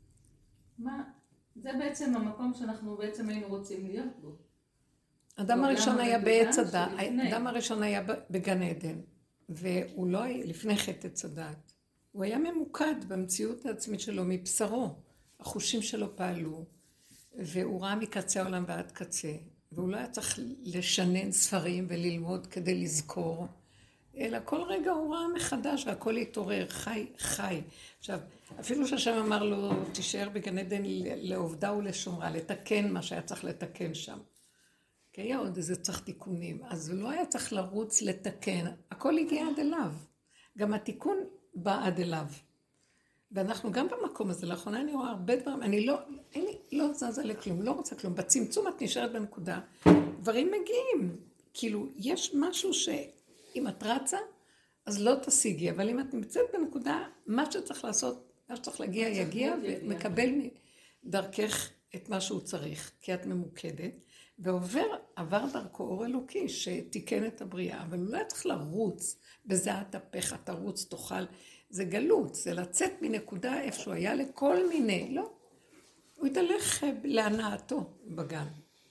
זה בעצם המקום שאנחנו בעצם היינו רוצים להיות בו. אדם הראשון היה בעץ הדת, אדם הראשון היה בגן עדן, והוא לא היה לפני חטא עץ הדת. הוא היה ממוקד במציאות העצמית שלו מבשרו. החושים שלו פעלו, והוא ראה מקצה העולם ועד קצה, והוא לא היה צריך לשנן ספרים וללמוד כדי לזכור, אלא כל רגע הוא ראה מחדש והכל התעורר, חי. עכשיו, אפילו שהשם אמר לו, תישאר בגן עדן לעובדה ולשומרה, לתקן מה שהיה צריך לתקן שם. כי היה עוד איזה צריך תיקונים, אז הוא לא היה צריך לרוץ לתקן, הכל הגיע עד אליו. גם התיקון בא עד אליו. ואנחנו גם במקום הזה, לאחרונה אני רואה הרבה דברים, אני לא זזה לכלום, לא רוצה כלום, בצמצום את נשארת בנקודה, דברים מגיעים, כאילו יש משהו שאם את רצה, אז לא תשיגי, אבל אם את נמצאת בנקודה, מה שצריך לעשות, מה שצריך להגיע יגיע, ומקבל דרכך את מה שהוא צריך, כי את ממוקדת, עבר דרכו אור אלוקי שתיקן את הבריאה, אבל הוא לא היה צריך לרוץ, בזעת אפיך תרוץ, תאכל, זה גלות, זה לצאת מנקודה איפה שהוא היה לכל מיני, לא. הוא התהלך להנאתו בגן.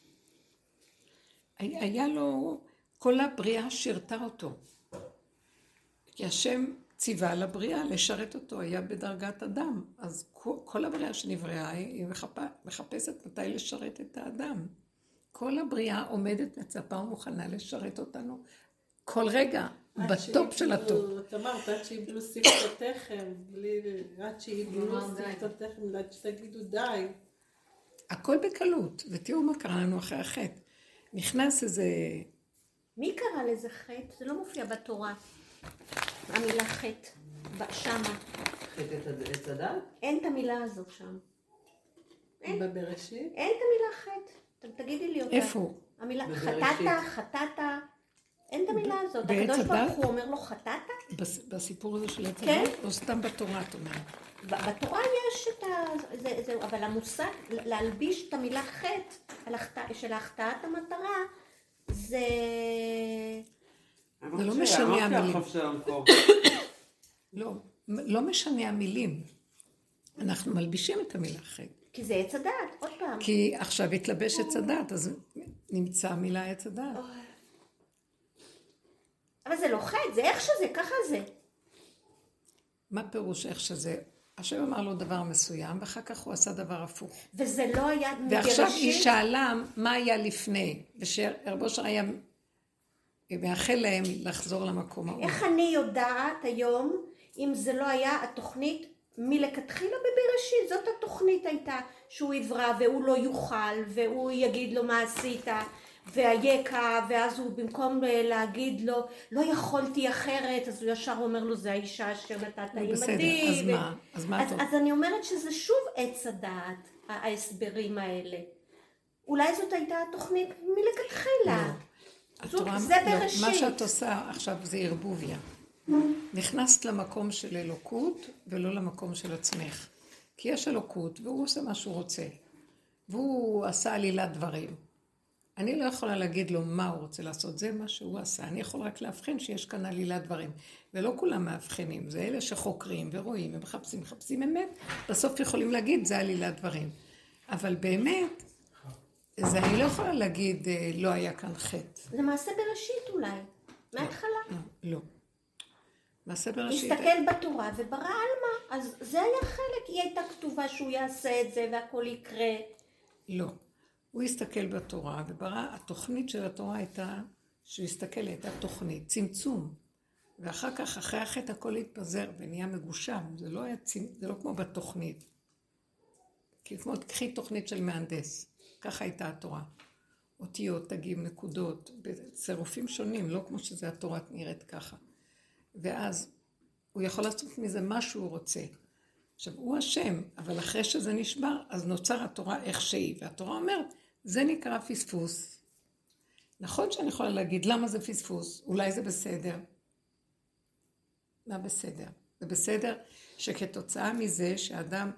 היה לו, כל הבריאה שירתה אותו. כי השם ציווה לבריאה לשרת אותו, היה בדרגת אדם. אז כל הבריאה שנבראה היא מחפשת מתי לשרת את האדם. כל הבריאה עומדת מצפה ומוכנה לשרת אותנו. כל רגע, בטופ של הטופ. את אמרת, עד שיבלו שפתותיכם, עד שיבלו שפתותיכם, עד שתגידו די. הכל בקלות, ותראו מה קרה לנו אחרי החטא. נכנס איזה... מי קרא לזה חטא? זה לא מופיע בתורה. המילה חטא, שמה. חטא עץ הדת? אין את המילה הזו שם. בבראשית? אין את המילה חטא. תגידי לי אותה. איפה? המילה בבראשית. חטאת. אין את המילה הזאת. בעץ הקדוש ברוך הדת? הוא אומר לו חטאת? בסיפור הזה של עץ כן. הדת? או סתם בתורה, את אומרת. בתורה יש את זה, אבל המושג להלביש את המילה חטא של החטאת המטרה, זה לא משנה המילים. לא. לא משנה המילים. אנחנו מלבישים את המילה חטא. כי זה עץ הדת, עוד פעם. כי עכשיו התלבש עץ הדת, אז נמצא המילה עץ הדת. אבל זה לא חטא, זה איך שזה, ככה זה. מה פירוש איך שזה? השם אמר לו דבר מסוים, ואחר כך הוא עשה דבר הפוך. וזה לא היה ועכשיו היא שאלה מה היה לפני, ושרבו שר היה מאחל להם לחזור למקום ההוא. איך אני יודעת היום, אם זה לא היה התוכנית מלכתחילה בבראשית, זאת התוכנית הייתה, שהוא יברא והוא לא יוכל, והוא יגיד לו מה עשית, והיקה, ואז הוא במקום להגיד לו, לא יכולתי אחרת, אז הוא ישר אומר לו, זה האישה אשר נתת עימדי. בסדר, אז מה? אז מה טוב? אז אני אומרת שזה שוב עץ הדעת, ההסברים האלה. אולי זאת הייתה התוכנית מלכתחילה. זה בראשית. מה שאת עושה עכשיו זה ערבוביה. נכנסת למקום של אלוקות ולא למקום של עצמך. כי יש אלוקות והוא עושה מה שהוא רוצה. והוא עשה עלילת דברים. אני לא יכולה להגיד לו מה הוא רוצה לעשות, זה מה שהוא עשה. אני יכול רק להבחין שיש כאן עלילת דברים. ולא כולם מאבחנים, זה אלה שחוקרים ורואים ומחפשים אמת. בסוף יכולים להגיד, זה עלילת דברים. אבל באמת, זה אני לא יכולה להגיד, לא היה כאן חטא. זה מעשה בראשית אולי, מההתחלה. לא. מעשה בראשית. הסתכל בתורה וברא עלמא, אז זה היה חלק, היא הייתה כתובה שהוא יעשה את זה והכל יקרה. לא. הוא הסתכל בתורה וברא, התוכנית של התורה הייתה, שהוא הסתכל, הייתה תוכנית, צמצום. ואחר כך, אחרי החטא הכל התפזר ונהיה מגושם. זה לא כמו בתוכנית. כי כמו קחי תוכנית של מהנדס. ככה הייתה התורה. אותיות, תגים, נקודות, בצירופים שונים, לא כמו שזה התורה נראית ככה. ואז הוא יכול לעשות מזה מה שהוא רוצה. עכשיו, הוא השם, אבל אחרי שזה נשבר, אז נוצר התורה איך שהיא. והתורה אומרת, זה נקרא פספוס. נכון שאני יכולה להגיד, למה זה פספוס? אולי זה בסדר. מה בסדר? זה בסדר שכתוצאה מזה שאדם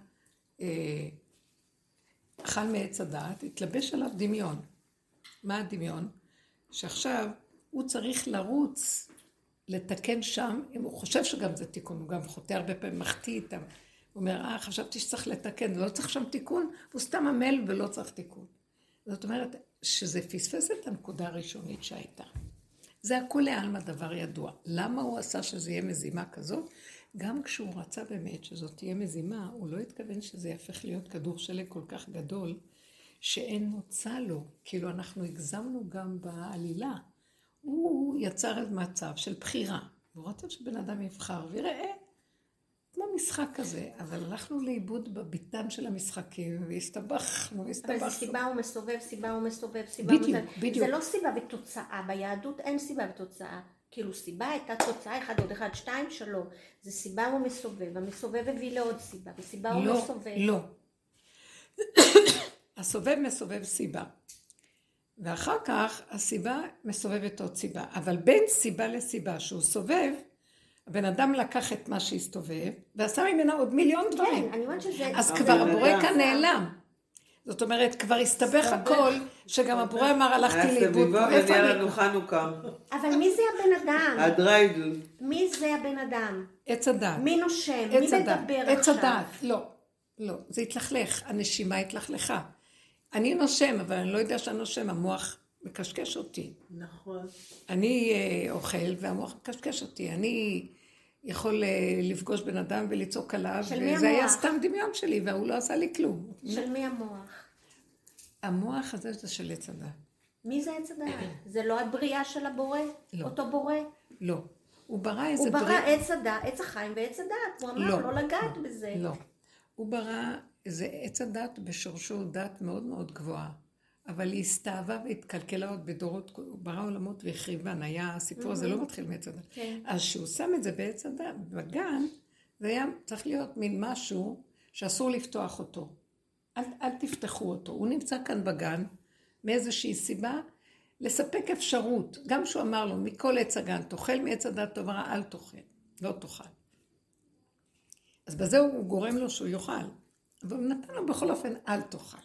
אכל מעץ הדעת, התלבש עליו דמיון. מה הדמיון? שעכשיו הוא צריך לרוץ, לתקן שם, אם הוא חושב שגם זה תיקון, הוא גם חוטא הרבה פעמים, מחטיא איתם. הוא אומר, חשבתי שצריך לתקן, לא צריך שם תיקון, הוא סתם עמל ולא צריך תיקון. זאת אומרת שזה פספס את הנקודה הראשונית שהייתה. זה הכול לעלמא דבר ידוע. למה הוא עשה שזה יהיה מזימה כזאת? גם כשהוא רצה באמת שזאת תהיה מזימה, הוא לא התכוון שזה יהפך להיות כדור שלג כל כך גדול, שאין מוצא לו. כאילו אנחנו הגזמנו גם בעלילה. הוא יצר את מצב של בחירה. הוא רצה שבן אדם יבחר ויראה, כמו משחק כזה, אבל הלכנו לאיבוד בביתן של המשחקים, והסתבכנו. אבל זה סיבה ומסובב, סיבה ומסובב, בדיוק. זה לא סיבה ותוצאה, ביהדות אין סיבה ותוצאה. כאילו סיבה הייתה תוצאה 1 עוד 1, 2, 3. זה סיבה ומסובב, המסובב הביא לעוד סיבה, וסיבה ומסובב. לא. הסובב מסובב סיבה. ואחר כך הסיבה מסובבת עוד סיבה. אבל בין סיבה לסיבה שהוא סובב, הבן אדם לקח את מה שהסתובב, ועשה ממנה עוד מיליון דברים. כן, אני אומרת שזה... אז כבר הבורא כאן נעלם. זאת אומרת, כבר הסתבך הכל, שגם הבורא אמר, הלכתי לאיבוד. ונהיה לנו חנוכה. אבל מי זה הבן אדם? הדריידל. מי זה הבן אדם? עץ הדת. מי נושם? מי מדבר עכשיו? עץ הדת. לא. זה התלכלך. הנשימה התלכלכה. אני נושם, אבל אני לא יודע שאני נושם. המוח מקשקש אותי. נכון. אני אוכל והמוח מקשקש אותי. אני יכול לפגוש בן אדם ולצעוק עליו, וזה היה סתם דמיון שלי, והוא לא עשה לי כלום. של מי המוח? המוח הזה זה של עץ הדת. מי זה עץ הדת? זה לא הבריאה של הבורא? לא. אותו בורא? לא. הוא ברא איזה הוא ברא עץ הדת, עץ החיים ועץ הדת. הוא אמר לא לגעת בזה. לא. הוא ברא איזה עץ הדת בשורשו דת מאוד מאוד גבוהה. אבל היא הסתאבה והתקלקלה עוד בדורות, הוא ברא עולמות והחריבן, היה הסיפור הזה לא מתחיל מעץ הדת. כן. אז שהוא שם את זה בעץ הדת, בגן, זה היה צריך להיות מין משהו שאסור לפתוח אותו. אל תפתחו אותו. הוא נמצא כאן בגן, מאיזושהי סיבה, לספק אפשרות. גם שהוא אמר לו, מכל עץ הגן, תאכל מעץ הדת טוב ורע, אל תאכל, לא תאכל. אז בזה הוא גורם לו שהוא יאכל. אבל הוא נתן לו בכל אופן, אל תאכל.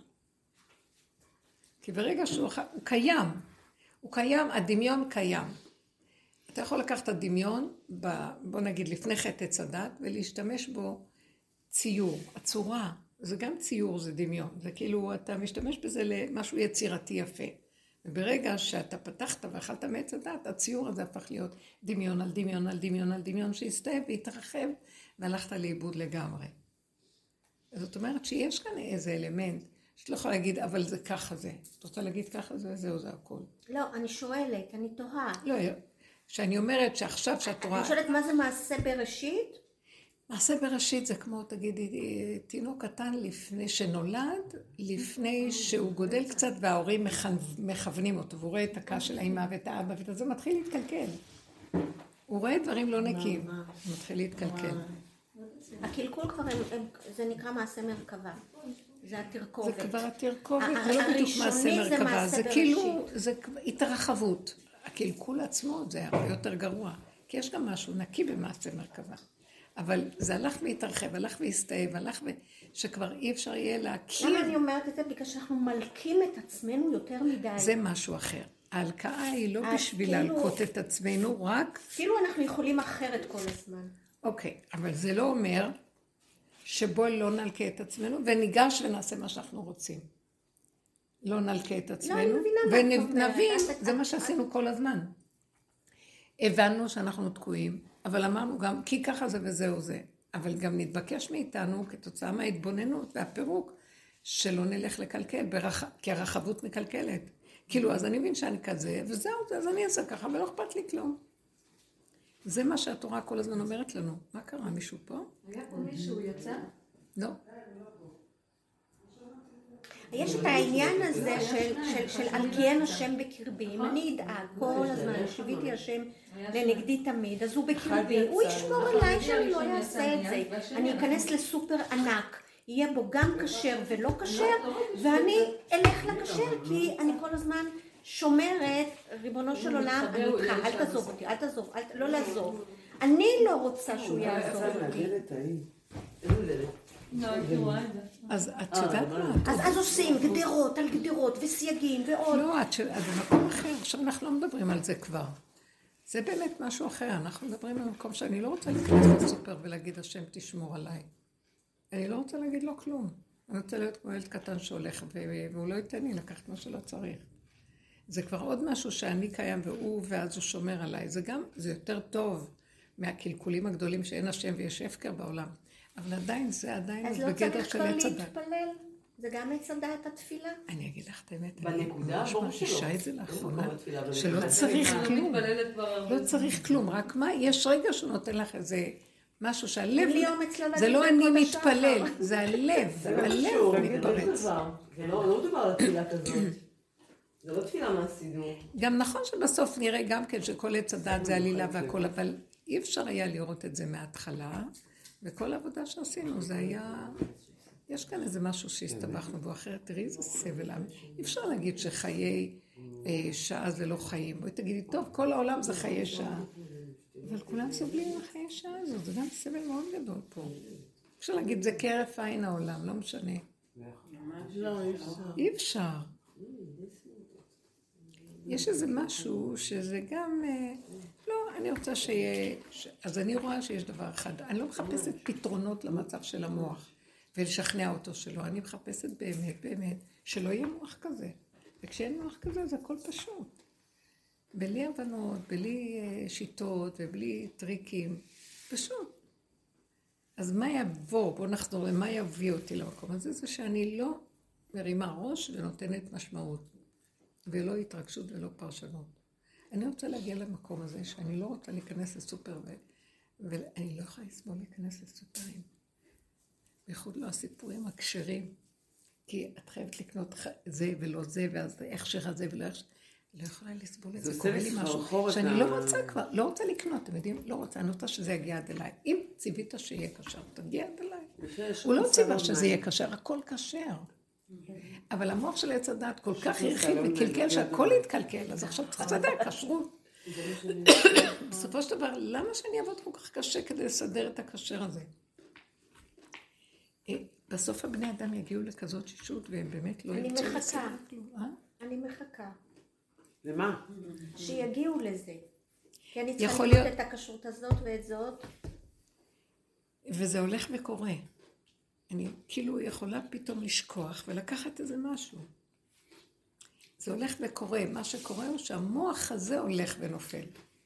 כי ברגע שהוא קיים, הדמיון קיים. אתה יכול לקחת את הדמיון, בוא נגיד לפני חטא עץ הדת, ולהשתמש בו ציור, הצורה, זה גם ציור, זה דמיון, זה כאילו אתה משתמש בזה למשהו יצירתי יפה. וברגע שאתה פתחת ואכלת מעץ הדת, הציור הזה הפך להיות דמיון על דמיון על דמיון על דמיון שהסתאב והתרחב, והלכת לאיבוד לגמרי. זאת אומרת שיש כאן איזה אלמנט, שאת לא יכולה להגיד, אבל זה ככה זה. את רוצה להגיד ככה זה, זהו, זה הכל. לא, אני שואלת, אני תוהה. לא, שאני אומרת שעכשיו שאת רואה... אני שואלת מה זה מעשה בראשית? מעשה בראשית זה כמו, תגידי, תינוק קטן לפני שנולד, לפני שהוא גודל קצת וההורים מכוונים אותו, והוא רואה את הקש של האמא ואת האבא, וזה מתחיל להתקלקל. הוא רואה דברים לא נקיים, הוא מתחיל להתקלקל. הקלקול כבר, זה נקרא מעשה מרכבה. זה התרכובת. זה כבר התרכובת, זה לא בדיוק מעשה מרכבה, זה כאילו, זה התרחבות. הקלקול עצמו זה הרבה יותר גרוע, כי יש גם משהו נקי במעשה מרכבה. אבל זה הלך והתרחב, הלך והסתאב, שכבר אי אפשר יהיה להכיר. למה אני אומרת את זה? בגלל שאנחנו מלקים את עצמנו יותר מדי. זה משהו אחר. ההלקאה היא לא בשביל להלקות את עצמנו, רק... כאילו אנחנו יכולים אחרת כל הזמן. אוקיי, אבל זה לא אומר שבו לא נלקה את עצמנו, וניגש ונעשה מה שאנחנו רוצים. לא נלקה את עצמנו, ונבין, זה מה שעשינו כל הזמן. הבנו שאנחנו תקועים, אבל אמרנו גם, כי ככה זה וזהו זה. אבל גם נתבקש מאיתנו, כתוצאה מההתבוננות והפירוק, שלא נלך לקלקל, כי הרחבות מקלקלת. כאילו, אז אני מבין שאני כזה, וזהו, אז אני אעשה ככה, ולא אכפת לי כלום. זה מה שהתורה כל הזמן אומרת לנו. מה קרה? מישהו פה? היה פה מישהו יצא? לא. יש את העניין הזה של על כי אין השם בקרבי. אם אני אדאג כל הזמן, שיביתי השם לנגדי תמיד, אז הוא בקרבי, הוא ישמור עליי שאני לא אעשה את זה. אני אכנס לסופר ענק, יהיה בו גם כשר ולא כשר, ואני אלך לכשר, כי אני כל הזמן שומרת, ריבונו של עולם, אני איתך, אל תעזוב אותי, אל תעזוב, לא לעזוב. אני לא רוצה שהוא יעזוב אותי. לא, הייתי רואה את זה. אז את יודעת מה? אז עושים גדרות על גדרות וסייגים ועוד. לא, את במקום אחר. עכשיו אנחנו לא מדברים על זה כבר. זה באמת משהו אחר. אנחנו מדברים במקום שאני לא רוצה להיכנס לסופר ולהגיד השם תשמור עליי. אני לא רוצה להגיד לו כלום. אני רוצה להיות כמו ילד קטן שהולך והוא לא ייתן לי לקחת מה שלא צריך. זה כבר עוד משהו שאני קיים והוא ואז הוא שומר עליי. זה גם, זה יותר טוב מהקלקולים הגדולים שאין השם ויש הפקר בעולם. אבל עדיין זה עדיין בגדר של עץ הדת. אז לא צריך להתפלל? זה גם עץ הדת התפילה? אני אגיד לך את האמת, בנקודה, אני ממש מרגישה את זה לאחרונה, שלא אני צריך כלום. מתפללת כבר הרבה. לא צריך כלום, רק מה, יש רגע שהוא נותן לך איזה משהו שהלב, אין לי אומץ לא זה להגיד לא אני בכל מתפלל, השחר. זה הלב, הלב מתפרץ. זה לא מדובר על תפילה כזאת. זה לא תפילה מהסידור. גם נכון שבסוף נראה גם כן שכל עץ הדת זה עלילה והכל, אבל אי אפשר היה לראות את זה מההתחלה, וכל העבודה שעשינו זה היה, יש כאן איזה משהו שהסתבכנו בו אחרת, תראי איזה סבל, אי אפשר להגיד שחיי שעה זה לא חיים, בואי תגידי, טוב, כל העולם זה חיי שעה, אבל כולם סובלים לחיי שעה הזאת, זה גם סבל מאוד גדול פה. אפשר להגיד, זה כהרף עין העולם, לא משנה. לא, אי אפשר. יש איזה משהו שזה גם, לא, אני רוצה שיהיה, אז אני רואה שיש דבר אחד, אני לא מחפשת פתרונות למצב של המוח, ולשכנע אותו שלא, אני מחפשת באמת, שלא יהיה מוח כזה. וכשאין מוח כזה, אז הכל פשוט. בלי הבנות, בלי שיטות ובלי טריקים, פשוט. אז מה יבוא, בוא נחזור למה יביא אותי למקום הזה, זה שאני לא מרימה ראש ונותנת משמעות. ולא התרגשות ולא פרשנות. אני רוצה להגיע למקום הזה שאני לא רוצה להיכנס לסופר ואני לא יכולה לסבול להיכנס לסופרים. בייחוד לא הסיפורים הכשרים, כי את חייבת לקנות זה ולא זה, ואז הכשר הזה ולא הכשר. לא יכולה לסבול את זה, קורה לי משהו שאני לא רוצה כבר, לא רוצה לקנות, אתם יודעים? לא רוצה, אני רוצה שזה יגיע עד אליי. אם ציווית שיהיה כשר, תגיע עד אליי. הוא לא ציווה שזה יהיה כשר, הכל כשר. אבל המוח של עץ הדת כל כך הרחיב וקלקל שהכל יתקלקל, אז עכשיו צריך לסדר כשרות. בסופו של דבר, למה שאני אעבוד כל כך קשה כדי לסדר את הכשר הזה? בסוף הבני אדם יגיעו לכזאת שישות והם באמת לא ירצו לסדר כלום. אני מחכה. למה? שיגיעו לזה. כי אני צריכה יכול לראות להיות- את הכשרות הזאת ואת זאת. וזה הולך וקורה. אני כאילו יכולה פתאום לשכוח ולקחת איזה משהו. זה הולך וקורה. מה שקורה הוא שהמוח הזה הולך ונופל.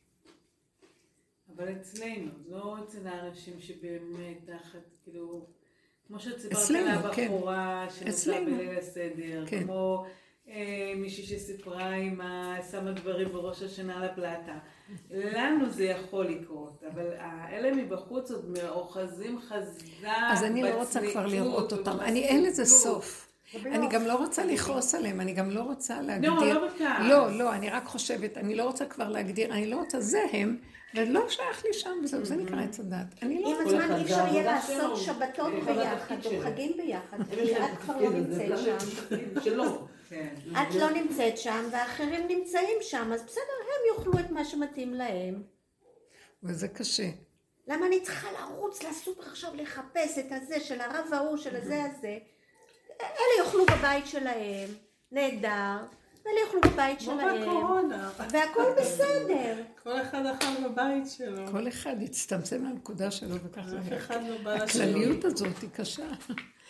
אבל אצלנו, לא אצל האנשים שבאמת תחת, כאילו, כמו שסיפרת אצלנו, על הבחורה שנסעה אצלנו. בליל הסדר, כן. כמו מישהי שסיפרה עם שמה דברים בראש השנה על הפלטה. לנו זה יכול לקרות, אבל האלה מבחוץ עוד מאוחזים חזק. אז אני לא רוצה כבר לראות אותם. אני אין לזה סוף. אני גם לא רוצה לכעוס עליהם, אני גם לא רוצה להגדיר. לא בכעס. לא, אני רק חושבת, אני לא רוצה כבר להגדיר, אני לא רוצה, זה הם, ולא שייך לי שם, וזהו, זה נקרא עץ הדת. אני לא עם רוצה. הזמן אי אפשר יהיה לעשות שבתות ביחד, או חגים ביחד, כי את כבר לא נמצאת שם. שלא. כן. את לא נמצאת שם, והאחרים נמצאים שם, אז בסדר, הם יאכלו את מה שמתאים להם. וזה קשה. למה אני צריכה לרוץ לסופר עכשיו לחפש את הזה של הרב ההוא, של הזה הזה? אלה יאכלו בבית שלהם, נהדר, ואלה יאכלו בבית כמו שלהם, בקורונה. והכל בסדר. כל אחד אכל בבית שלו. כל אחד יצטמצם לנקודה שלו וככה. אף אחד לא בא לשלום. הכלליות הזאת היא קשה.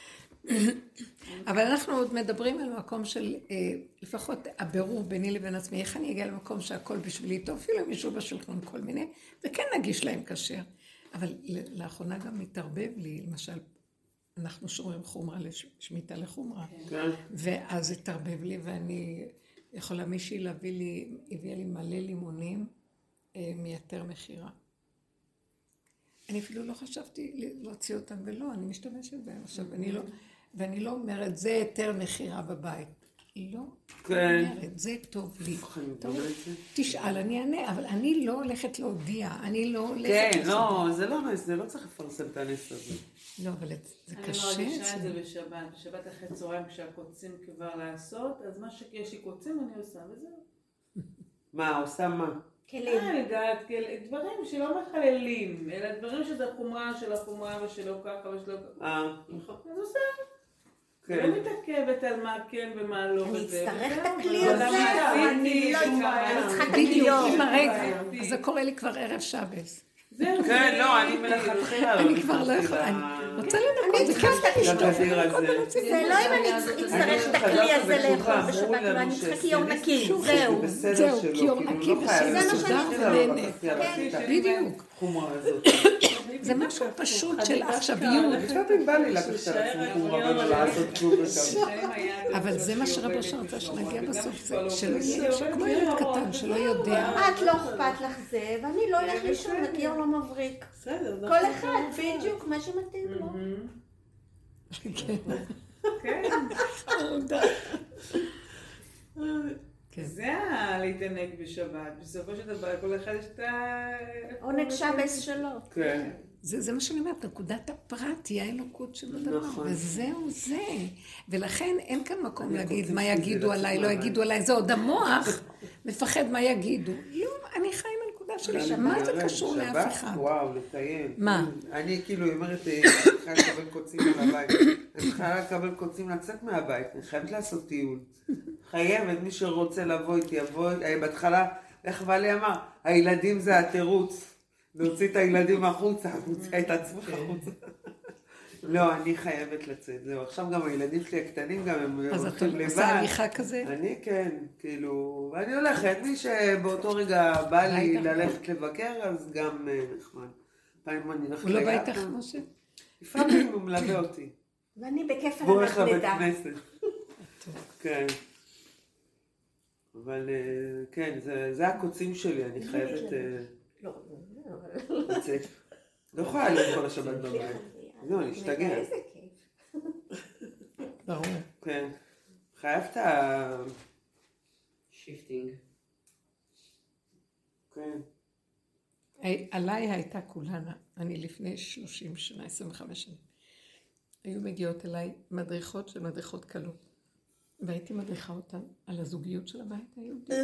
אבל אנחנו עוד מדברים על מקום של, לפחות הבירור ביני לבין עצמי, איך אני אגיע למקום שהכל בשבילי טוב, אפילו מישהו בשולחן כל מיני, וכן נגיש להם כשר. אבל לאחרונה גם מתערבב לי, למשל, אנחנו שומרים חומרה לשמיטה לחומרה, ואז התערבב לי, ואני יכולה מישהי להביא לי, הביאה לי מלא לימונים מיתר מחירה. אני אפילו לא חשבתי להוציא אותם, ולא, אני משתמשת בהם עכשיו, ואני לא אומרת, זה יותר מחירה בבית. לא, אני אומרת, זה טוב לי. תשאל, אני אענה, אבל אני לא הולכת להודיע, אני לא הולכת... כן, לא, זה לא צריך לפרסם את הנס הזה. לא, אבל זה קשה. אני מרגישה את זה בשבת. בשבת אחרי צהריים כשהקוצים כבר לעשות, אז מה שיש לי קוצים אני עושה, וזהו. מה, עושה מה? כלים. אני יודעת, דברים שלא מחללים, אלא דברים שזה חומרה של החומרה ושלא ככה ושלא ככה. אז עושה. לא מתעכבת על מה כן ומה לא. אני אצטרך את הכלי הזה, אני לא צריכה את בדיוק, עם הרגע. אז זה קורה לי כבר ערב שבס. כן, לא, אני מלכתחילה. אני כבר לא יכולה, אני רוצה לנקות, זה כיף לי לשתות. זה לא אם אני אצטרך את הכלי הזה לאכול בשבת, אבל אני צריכה כיור נקי, זהו, כיור נקי ושסודר ונהנית. בדיוק. זה משהו פשוט של עכשוויות. קצת אם בא לי לקחת על עצמי חומרה ולא לעשות כלום בשבת. אבל זה מה שרב אשר רוצה שנגיע בסוף, שלא יהיה, שכמו ילד קטן, שלא יודע. את לא אכפת לך זה, ואני לא אלך לישון, הכיור לא מבריק. כל אחד, בדיוק, מה שמתאים לו. כן. זה להתענג בשבת. בסופו של דבר, כל אחד יש את עונג שבס שלו. כן. זה מה שאני אומרת, נקודת הפרט היא האלוקות של הדבר, וזהו זה. ולכן אין כאן מקום להגיד מה יגידו עליי, לא יגידו עליי, זה עוד המוח מפחד מה יגידו. לא, אני חי עם הנקודה שלי, מה זה קשור לאף אחד? וואו, לטייל. מה? אני כאילו אומרת, אני צריכה לקבל קוצים על הבית. אני צריכה לקבל קוצים לצאת מהבית, אני חייבת לעשות טיול. חייבת, מי שרוצה לבוא איתי, יבוא, בהתחלה, איך ואלי אמר, הילדים זה התירוץ. להוציא את הילדים החוצה, מוציא את עצמך החוצה. לא, אני חייבת לצאת, זהו. עכשיו גם הילדים שלי הקטנים, גם הם הולכים לבד. אז אתה עושה הליכה כזה? אני כן, כאילו, אני הולכת, מי שבאותו רגע בא לי ללכת לבקר, אז גם נחמד. פעמים אני הולכת הוא לא בא איתך, משה? לפעמים הוא מלווה אותי. ואני בכיף והוא הולך לבית לידה. כנסת. כן. אבל כן, זה הקוצים שלי, אני חייבת... לא, לצאת. לא יכולה להיות כל השבת בבית. לא, אני אשתגע. איזה כיף. ברור. כן. חייב את שיפטינג. כן. עליי הייתה כולנה, אני לפני 30 שנה, 25 שנים. היו מגיעות אליי מדריכות של מדריכות קלות. והייתי מדריכה אותן על הזוגיות של הבית היהודי.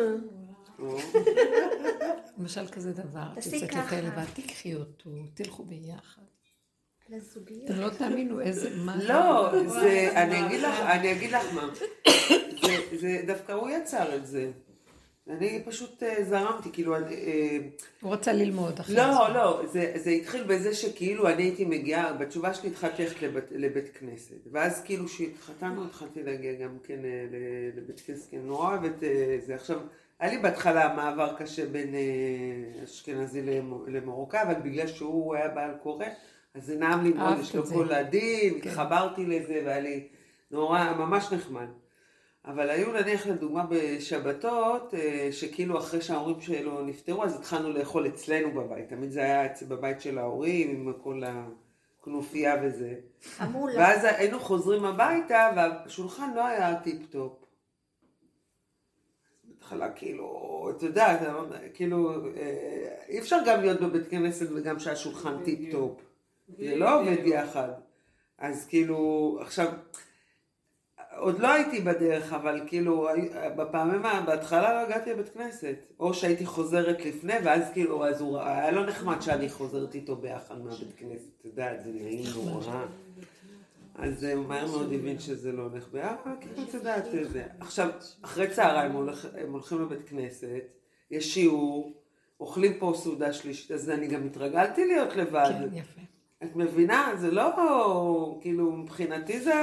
למשל כזה דבר, תצאת לטייל לבד, תקחי אותו, תלכו ביחד. על הזוגיות. אתם לא תאמינו איזה מה... לא, אני אגיד לך מה. זה דווקא הוא יצר את זה. אני פשוט זרמתי, כאילו... הוא רוצה ללמוד אחרי זה. לא, זה התחיל בזה שכאילו אני הייתי מגיעה, בתשובה שלי התחלתי ללכת לבית כנסת. ואז כאילו שהתחתנו, התחלתי להגיע גם כן לבית כנסת, כי אני נורא אוהבת זה. עכשיו, היה לי בהתחלה מעבר קשה בין אשכנזי למרוקאי, אבל בגלל שהוא היה בעל קורא, אז זה נעם לי מאוד, יש לו כל הדין, התחברתי לזה, והיה לי נורא, ממש נחמד. אבל היו נניח לדוגמה בשבתות, שכאילו אחרי שההורים שלו נפטרו, אז התחלנו לאכול אצלנו בבית. תמיד זה היה בבית של ההורים, עם כל הכנופיה וזה. ואז היינו חוזרים הביתה, והשולחן לא היה טיפ-טופ. בהתחלה כאילו, אתה יודע, כאילו, אי אפשר גם להיות בבית כנסת וגם שהשולחן טיפ-טופ. זה לא עובד יחד. אז כאילו, עכשיו... עוד לא הייתי בדרך, אבל כאילו, בפעמים, בהתחלה לא הגעתי לבית כנסת. או שהייתי חוזרת לפני, ואז כאילו, אז הוא היה לא נחמד שאני חוזרת איתו ביחד מהבית כנסת. אתה יודע, זה נעים נורא. אז הוא מהר מאוד הבין שזה לא הולך ביחד, כאילו, אתה יודע, זה. עכשיו, אחרי צהריים הם הולכים לבית כנסת, יש שיעור, אוכלים פה סעודה שלישית, אז אני גם התרגלתי להיות לבד. כן, יפה. את מבינה? זה לא, כאילו, מבחינתי זה...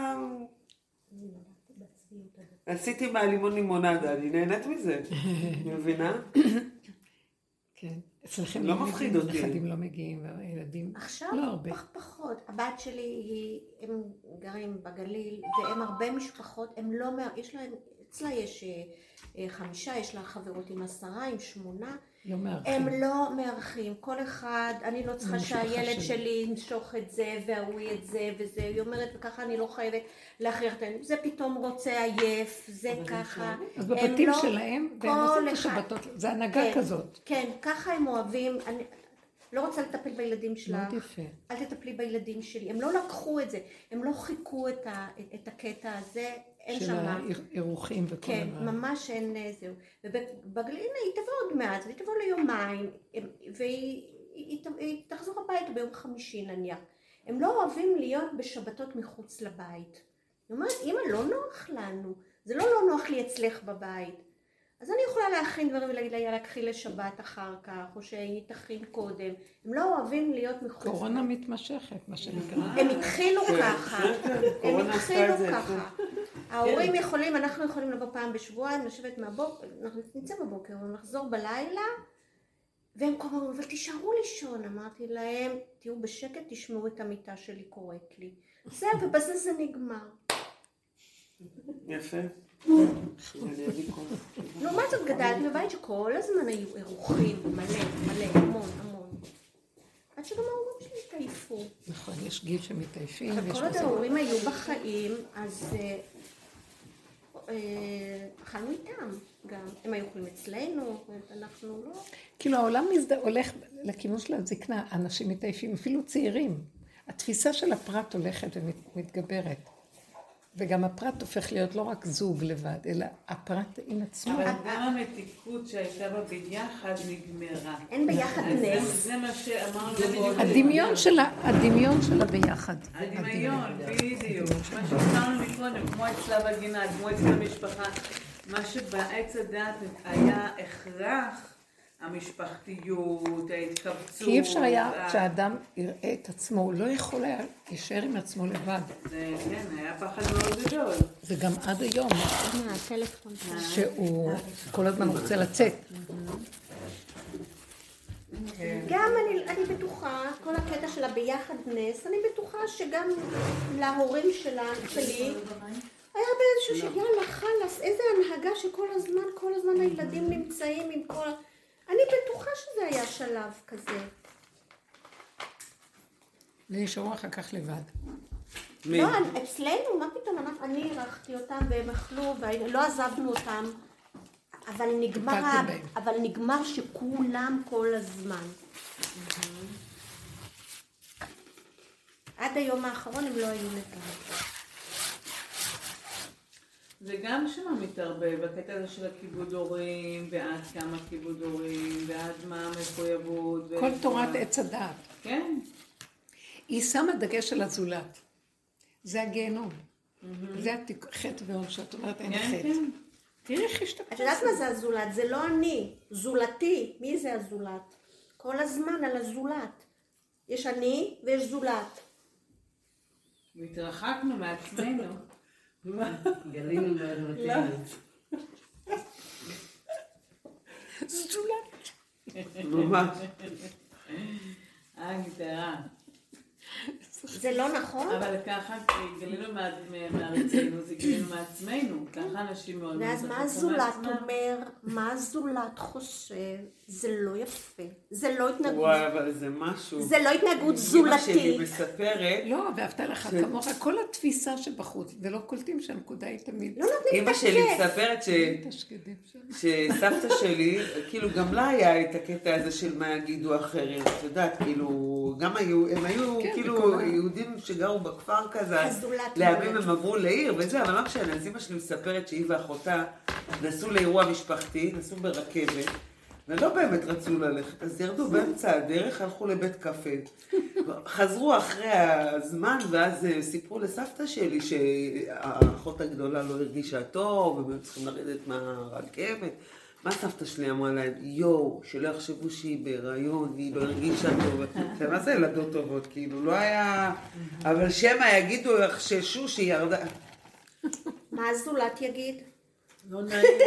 עשיתי מהלימון לימונדה, אני נהנית מזה. מבינה? כן. אצלכם לא מפחיד אותי. נכדים לא מגיעים, והילדים עכשיו לא הרבה. פחות. הבת שלי, הם גרים בגליל, והם הרבה משפחות, הם לא, יש להם, אצלה יש 5, יש לה חברות עם 10, עם 8. לא מארחים. הם לא מארחים, כל אחד, אני לא צריכה שהילד שלי ינשוך את זה והוא את זה וזה, היא אומרת וככה אני לא חייבת להכריח את זה פתאום רוצה עייף, זה ככה. אז בבתים שלהם, והם עושים את השבתות, זה הנהגה כזאת. כן, ככה הם אוהבים, אני לא רוצה לטפל בילדים שלך, מאוד יפה. אל תטפלי בילדים שלי, הם לא לקחו את זה, הם לא חיכו את הקטע הזה, אין של שם. האירוחים וכל כן, דבר. ממש אין זהו. ובגליל היא תבוא עוד מעט, היא תבוא ליומיים, והיא תחזור הביתה ביום חמישי נניח. הם לא אוהבים להיות בשבתות מחוץ לבית. היא אומרת, אמא, לא נוח לנו, זה לא נוח לי אצלך בבית. אז אני יכולה להכין דברים ולהגיד לה, יאללה, קחי לשבת אחר כך, או שהיא תכין קודם. הם לא אוהבים להיות מחוץ. קורונה מתמשכת, מה שנקרא. הם התחילו ככה. הם התחילו ככה. ההורים יכולים, אנחנו יכולים לבוא פעם בשבועיים, לשבת מהבוקר, אנחנו נצא בבוקר, ונחזור בלילה, והם כל הזמן, אבל תישארו לישון. אמרתי להם, תהיו בשקט, תשמעו את המיטה שלי קוראת לי. זהו, ובזה זה נגמר. יפה. לעומת זאת גדלתי בבית שכל הזמן היו אירוחים, מלא, המון. עד שגם ההורים שלי התעייפו. נכון, יש גיל שמתעייפים. כל עוד ההורים היו בחיים, אז אכלנו איתם גם. הם היו אוכלים אצלנו, אנחנו לא... כאילו העולם הולך לכיוון של הזקנה, אנשים מתעייפים, אפילו צעירים. התפיסה של הפרט הולכת ומתגברת. וגם הפרט הופך להיות לא רק זוג לבד, אלא הפרט עם עצמו. אבל גם המתיקות שהייתה בה ביחד נגמרה. אין ביחד נס. זה מה שאמרנו. הדמיון שלה ביחד. הדמיון, בדיוק. מה שאמרנו מקודם, כמו אצלה בגינה, כמו אצל המשפחה. מה שבעץ הדת היה הכרח, המשפחתיות, ההתכווצות. כי אי אפשר היה שהאדם יראה את עצמו, הוא לא יכול היה להישאר עם עצמו לבד. זה, כן, היה פחד מאוד גדול. זה גם עד היום, הטלפון. שהוא כל הזמן רוצה לצאת. גם אני בטוחה, כל הקטע שלה ביחד נס, אני בטוחה שגם להורים שלי, היה באיזשהו שיאללה חלס, איזה הנהגה שכל הזמן הילדים נמצאים עם כל... אני בטוחה שזה היה שלב כזה. ונשארו אחר כך לבד. לא, אצלנו, מה פתאום, אני אירחתי אותם והם אכלו ולא עזבנו אותם, אבל נגמר שכולם כל הזמן. עד היום האחרון הם לא היו לבד. וגם שם מתערבב, בקטע הזה של הכיבוד הורים, ועד כמה כיבוד הורים, ועד מה המחויבות. כל תורת עץ הדעת. כן. היא שמה דגש על הזולת. זה הגיהנום. זה חטא ועונש, שאת אומרת אין חטא. תראי איך השתפש. את יודעת מה זה הזולת? זה לא אני, זולתי. מי זה הזולת? כל הזמן על הזולת. יש אני ויש זולת. והתרחקנו מעצמנו. גלינו מעצמנו. זולת. ממש. הגדרה. זה לא נכון? אבל ככה גלינו מארצנו, זה גלינו מעצמנו. ככה אנשים מאוד... ואז מה הזולת אומר? מה הזולת חושב? זה לא יפה. זה לא התנהגות. וואי, אבל זה משהו. זה לא התנהגות זולתית. אמא שלי מספרת. לא, ואהבת לך כמוך, כל התפיסה שבחוץ, ולא קולטים שהנקודה היא תמיד. לא נותנים אמא שלי מספרת שסבתא שלי, כאילו גם לה היה את הקטע הזה של מה יגידו אחרים. את יודעת, כאילו, גם הם היו כאילו יהודים שגרו בכפר כזה, לימים הם עברו לעיר וזה, אבל לא משנה, אז אמא שלי מספרת שהיא ואחותה נסעו לאירוע משפחתי, נסעו ברכבת, ולא באמת רצו ללכת, אז ירדו באמצע הדרך, הלכו לבית קפה, חזרו אחרי הזמן, ואז סיפרו לסבתא שלי שהאחות הגדולה לא הרגישה טוב, והם צריכים לרדת מהרכבת, מה סבתא שלי אמרה להם? יואו, שלא יחשבו שהיא בהיריון, והיא לא הרגישה טוב. מה זה ילדות טובות? כאילו, לא היה... אבל שמא יגידו, יחששו שהיא ירדה. מה הזולת יגיד? לא נעים.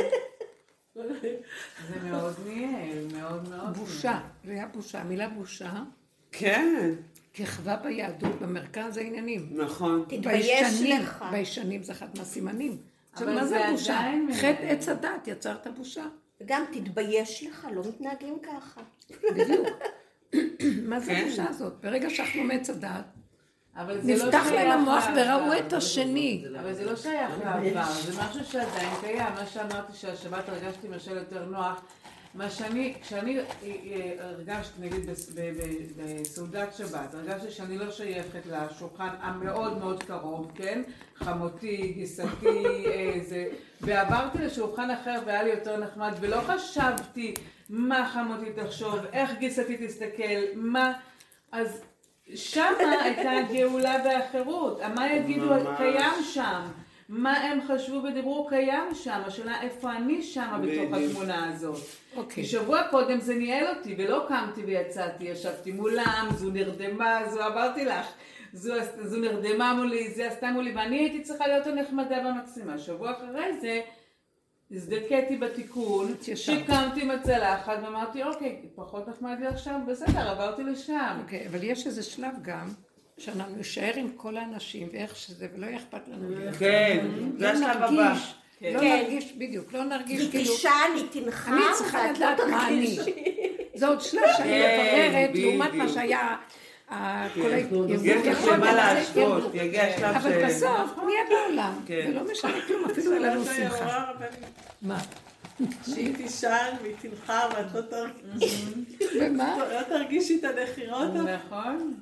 זה מאוד ניהל, מאוד מאוד. בושה, זה היה בושה. המילה בושה, כן, כחווה ביהדות, במרכז העניינים. נכון. תתבייש לך. ביישנים זה אחד מהסימנים. עכשיו, אבל מה זה זה בושה? עדיין חטא עץ הדת, יצרת בושה. וגם תתבייש לך, לא מתנהגים ככה. בדיוק. מה זה כן. הבושה הזאת? ברגע שאנחנו מעץ הדת, אבל זה לא נפתח שייך להם המוח לעבר. וראו את השני. אבל זה לא שייך לעבר, זה משהו שעדיין קיים. מה שאמרתי שהשבת הרגשתי משל יותר נוח. כשאני הרגשתי, נגיד בסעודת שבת, הרגשתי שאני לא שייכת לשולחן המאוד מאוד קרוב, כן? חמותי, גיסתי, ועברתי לשולחן אחר והיה לי יותר נחמד, ולא חשבתי מה חמותי תחשוב, איך גיסתי תסתכל, מה... אז שמה הייתה הגאולה והחירות. מה יגידו קיים שם? מה הם חשבו ודיברו קיים שם? השאלה איפה אני שמה בתוך התמונה הזאת. כי שבוע קודם זה ניהל אותי ולא קמתי ויצאתי, ישבתי מולם, זו נרדמה, זו עברתי לך, זו נרדמה מולי, זה עשתה מולי, ואני הייתי צריכה להיות הנחמדה והמקסימה. שבוע אחרי זה הזדקתי בתיקון, שיקמתי עם הצלחת ואמרתי אוקיי, פחות נחמד לי עכשיו, בסדר, עברתי לשם. אוקיי, אבל יש איזה שלב גם, שאנחנו נשאר עם כל האנשים ואיך שזה, ולא יהיה אכפת לנו. כן, זה השלב הבא. לא נרגיש, בדיוק, לא נרגיש כאילו... תישן, היא תנחה, אני צריכה לדעת מה אני. זה עוד שלב שאני מבררת, לעומת מה שהיה... יש לך למה להשוות, יגיע השלב ש... אבל בסוף נהיה בעולם, ולא משנה כלום, אפילו אין לנו שמחה. מה? שהיא תישן והיא תנחה ואת לא תרגיש. ומה? לא תרגישי את הנחירות. נכון.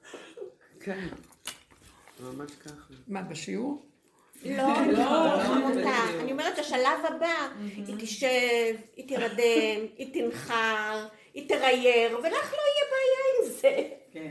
כן, ממש ככה. מה, בשיעור? לא, חמותה. אני אומרת, השלב הבא, היא תשב, היא תרדם, היא תנחר, היא תרייר, ולך לא יהיה בעיה עם זה. כן.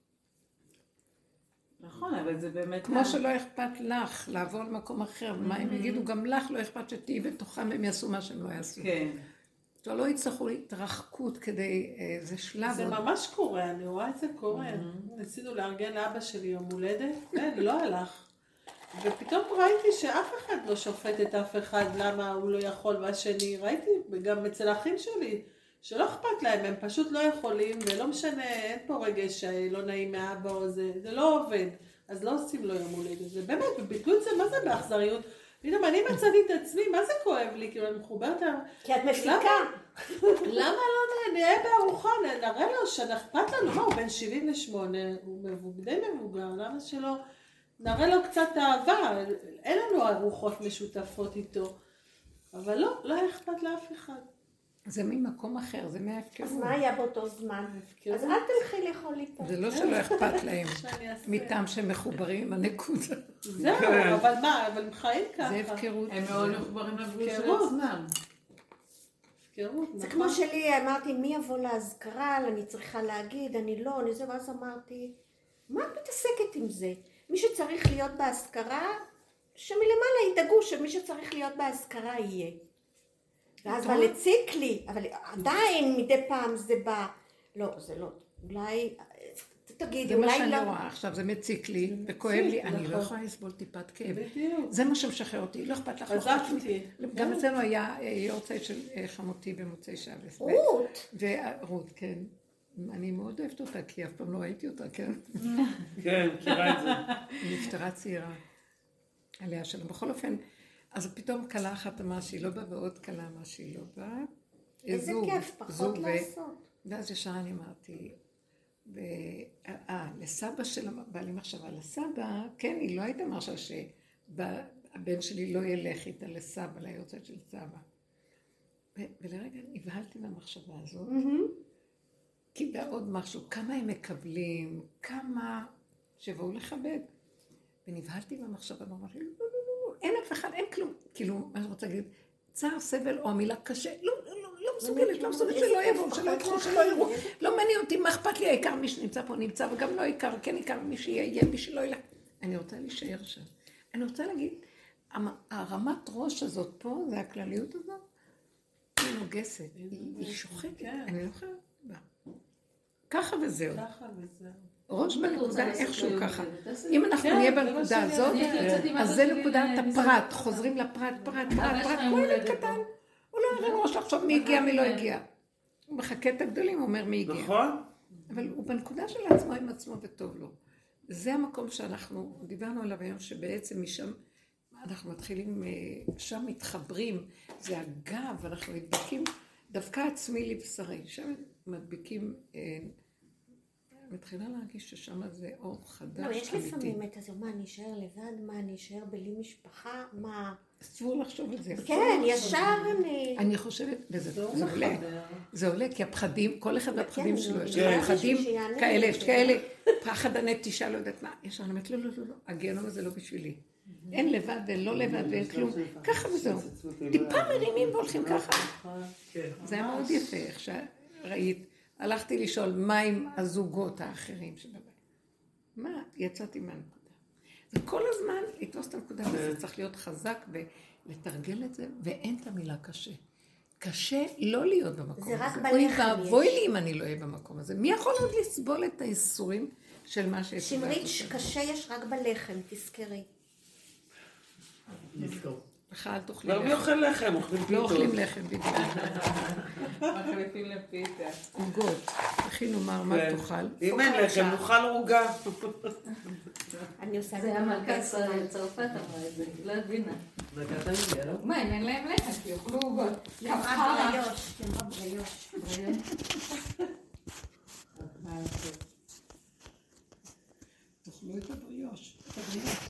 נכון, אבל זה באמת... כמו שלא אכפת לך לעבור למקום אחר, ומה הם יגידו, גם לך לא אכפת שתהיי בתוכם, הם יעשו מה שהם לא יעשו. כן. כבר לא יצטרכו להתרחקות כדי, זה שלב. זה ממש קורה, אני רואה את זה קורה. ניסינו לארגן לאבא שלי יום הולדת, כן, לא הלך. ופתאום ראיתי שאף אחד לא שופט את אף אחד, למה הוא לא יכול והשני. ראיתי גם אצל האחים שלי, שלא אכפת להם, הם פשוט לא יכולים, ולא משנה, אין פה רגש לא נעים מאבא או זה לא עובד. אז לא עושים לו יום הולדת. זה באמת, וביטלו את זה, מה זה באכזריות? פתאום אני מצאתי את עצמי, מה זה כואב לי? כאילו אני מחוברת... כי את מפיקה. למה לא נהיה בארוחה? נראה לו שאכפת לנו, מה הוא בן 78, הוא די מבוגר, למה שלא... נראה לו קצת אהבה, אין לנו ארוחות משותפות איתו. אבל לא היה אכפת לאף אחד. זה ממקום אחר, זה מההפקרות. אז מה היה באותו זמן? אז אל תלכי לאכול איתה. זה לא שלא אכפת להם, מטעם שהם מחוברים עם הנקודה. זהו, אבל מה, אבל הם חיים ככה. זה הפקרות. הם מאוד מחוברים לגבול של עצמם. זה כמו שלי, אמרתי, מי יבוא להזכרה, אני צריכה להגיד, אני לא, אני זה, ואז אמרתי, מה את מתעסקת עם זה? מי שצריך להיות בהזכרה, שמלמעלה ידאגו שמי שצריך להיות בהזכרה יהיה. ואז אבל הציק לי, אבל עדיין מדי פעם זה בא, לא, זה לא, אולי, תגידי, אולי לא. זה מה שאני רואה עכשיו, זה מציק לי וכואב לי, אני לא יכולה לסבול טיפת כאב. זה מה שמשחרר אותי, לא אכפת לך. עזבתי. גם אצלנו היה יורצייט של חמותי במוצאי שבס. רות. רות, כן. אני מאוד אוהבת אותה, כי אף פעם לא ראיתי אותה, כן? כן, מכירה את זה. היא נפטרה צעירה, עליה שלום. בכל אופן, אז פתאום קלה אחת אמרה שהיא לא באה ועוד קלה מה שהיא לא באה. איזה כיף, פחות לעשות. ואז ישר אני אמרתי, לסבא של בעלי מחשבה, לסבא, כן, היא לא הייתה מרשה שהבן שלי לא ילך איתה לסבא, ליורצייט של סבא. ולרגע נבהלתי מהמחשבה הזאת, כי בעוד משהו, כמה הם מקבלים, כמה שבאו לכבד. ונבהלתי מהמחשבה, ואמרתי, לא, אין אף אחד, אין כלום. כאילו, מה שאני רוצה להגיד, צער, סבל או המילה קשה, לא מסוגלת, לא מסוגלת שלא יבואו, שלא יקחו, שלא יראו. לא מעניין אותי, מה אכפת לי, העיקר מי שנמצא פה נמצא, וגם לא עיקר, כן עיקר, מי שיהיה, מי שלא ילך. אני רוצה להישאר שם. אני רוצה להגיד, הרמת ראש הזאת פה, זה הכלליות הזאת, היא נוגסת, היא שוחקת, אני לא יכולה... ככה וזהו. ככה וזהו. ראש בנקודה איכשהו ככה. אם אנחנו נהיה בנקודה הזאת, אז זה נקודת הפרט, חוזרים לפרט, פרט, כמו ילד קטן. הוא לא יראה ראש לחשוב מי הגיע, מי לא הגיע. הוא מחכה את הגדולים, הוא אומר מי הגיע. נכון. אבל הוא בנקודה של עצמו עם עצמו וטוב לו. זה המקום שאנחנו דיברנו עליו היום, שבעצם משם אנחנו מתחילים, שם מתחברים, זה הגב, אנחנו מדביקים, דווקא עצמי לבשרי, שם מדביקים, מתחילה להרגיש ששם זה אור חדש לא, יש אמיתי. לפעמים את הזו, מה, אני אשאר לבד, מה, אני אשאר בלי משפחה, מה... אסור לחשוב את זה. כן, ישר אני חושבת, וזה עולה, זה עולה, כי הפחדים, כל אחד והפחדים שלו, יש כן. פחדים שיענה כאלה, לי. יש כאלה, פחד הנטישה, לא יודעת מה, יש אני אומרת, לא, הגיהנום הזה לא בשבילי. אין לבד ואין לא לבד ואין כלום, ככה וזהו. טיפה מרימים והולכים ככה. זה היה מאוד יפה, איך שראית, הלכתי לשאול מה עם הזוגות האחרים שבבית. מה? יצאתי מהנקודה. וכל הזמן לתפוס את הנקודה, וזה צריך להיות חזק ולתרגל את זה, ואין את המילה קשה. קשה לא להיות במקום הזה. זה רק אוי בלחם ואבוי יש. לי אם אני לא אהיה במקום הזה. מי יכול עוד לסבול את האיסורים של מה שיש? שמרית, קשה יש רק בלחם, תזכרי. לך אל תאכלי כבר מי לחם. אוכל לחם? אוכלים לא פיתות. אוכלים לחם בדיוק. מחליפים לפיתה. עוגות. הכינו מה כן. תאכל. אם אין לחם, נאכל עוגה. אני עושה את זה זה המלכת בצורה. צרפת אמרה את זה, לא הבינה. לקחת מגיע, לא? מה, אם אין להם לחם, שיאכלו עוגות. אמרה בריוש, אמרה בריוש. תאכלו את הבריוש.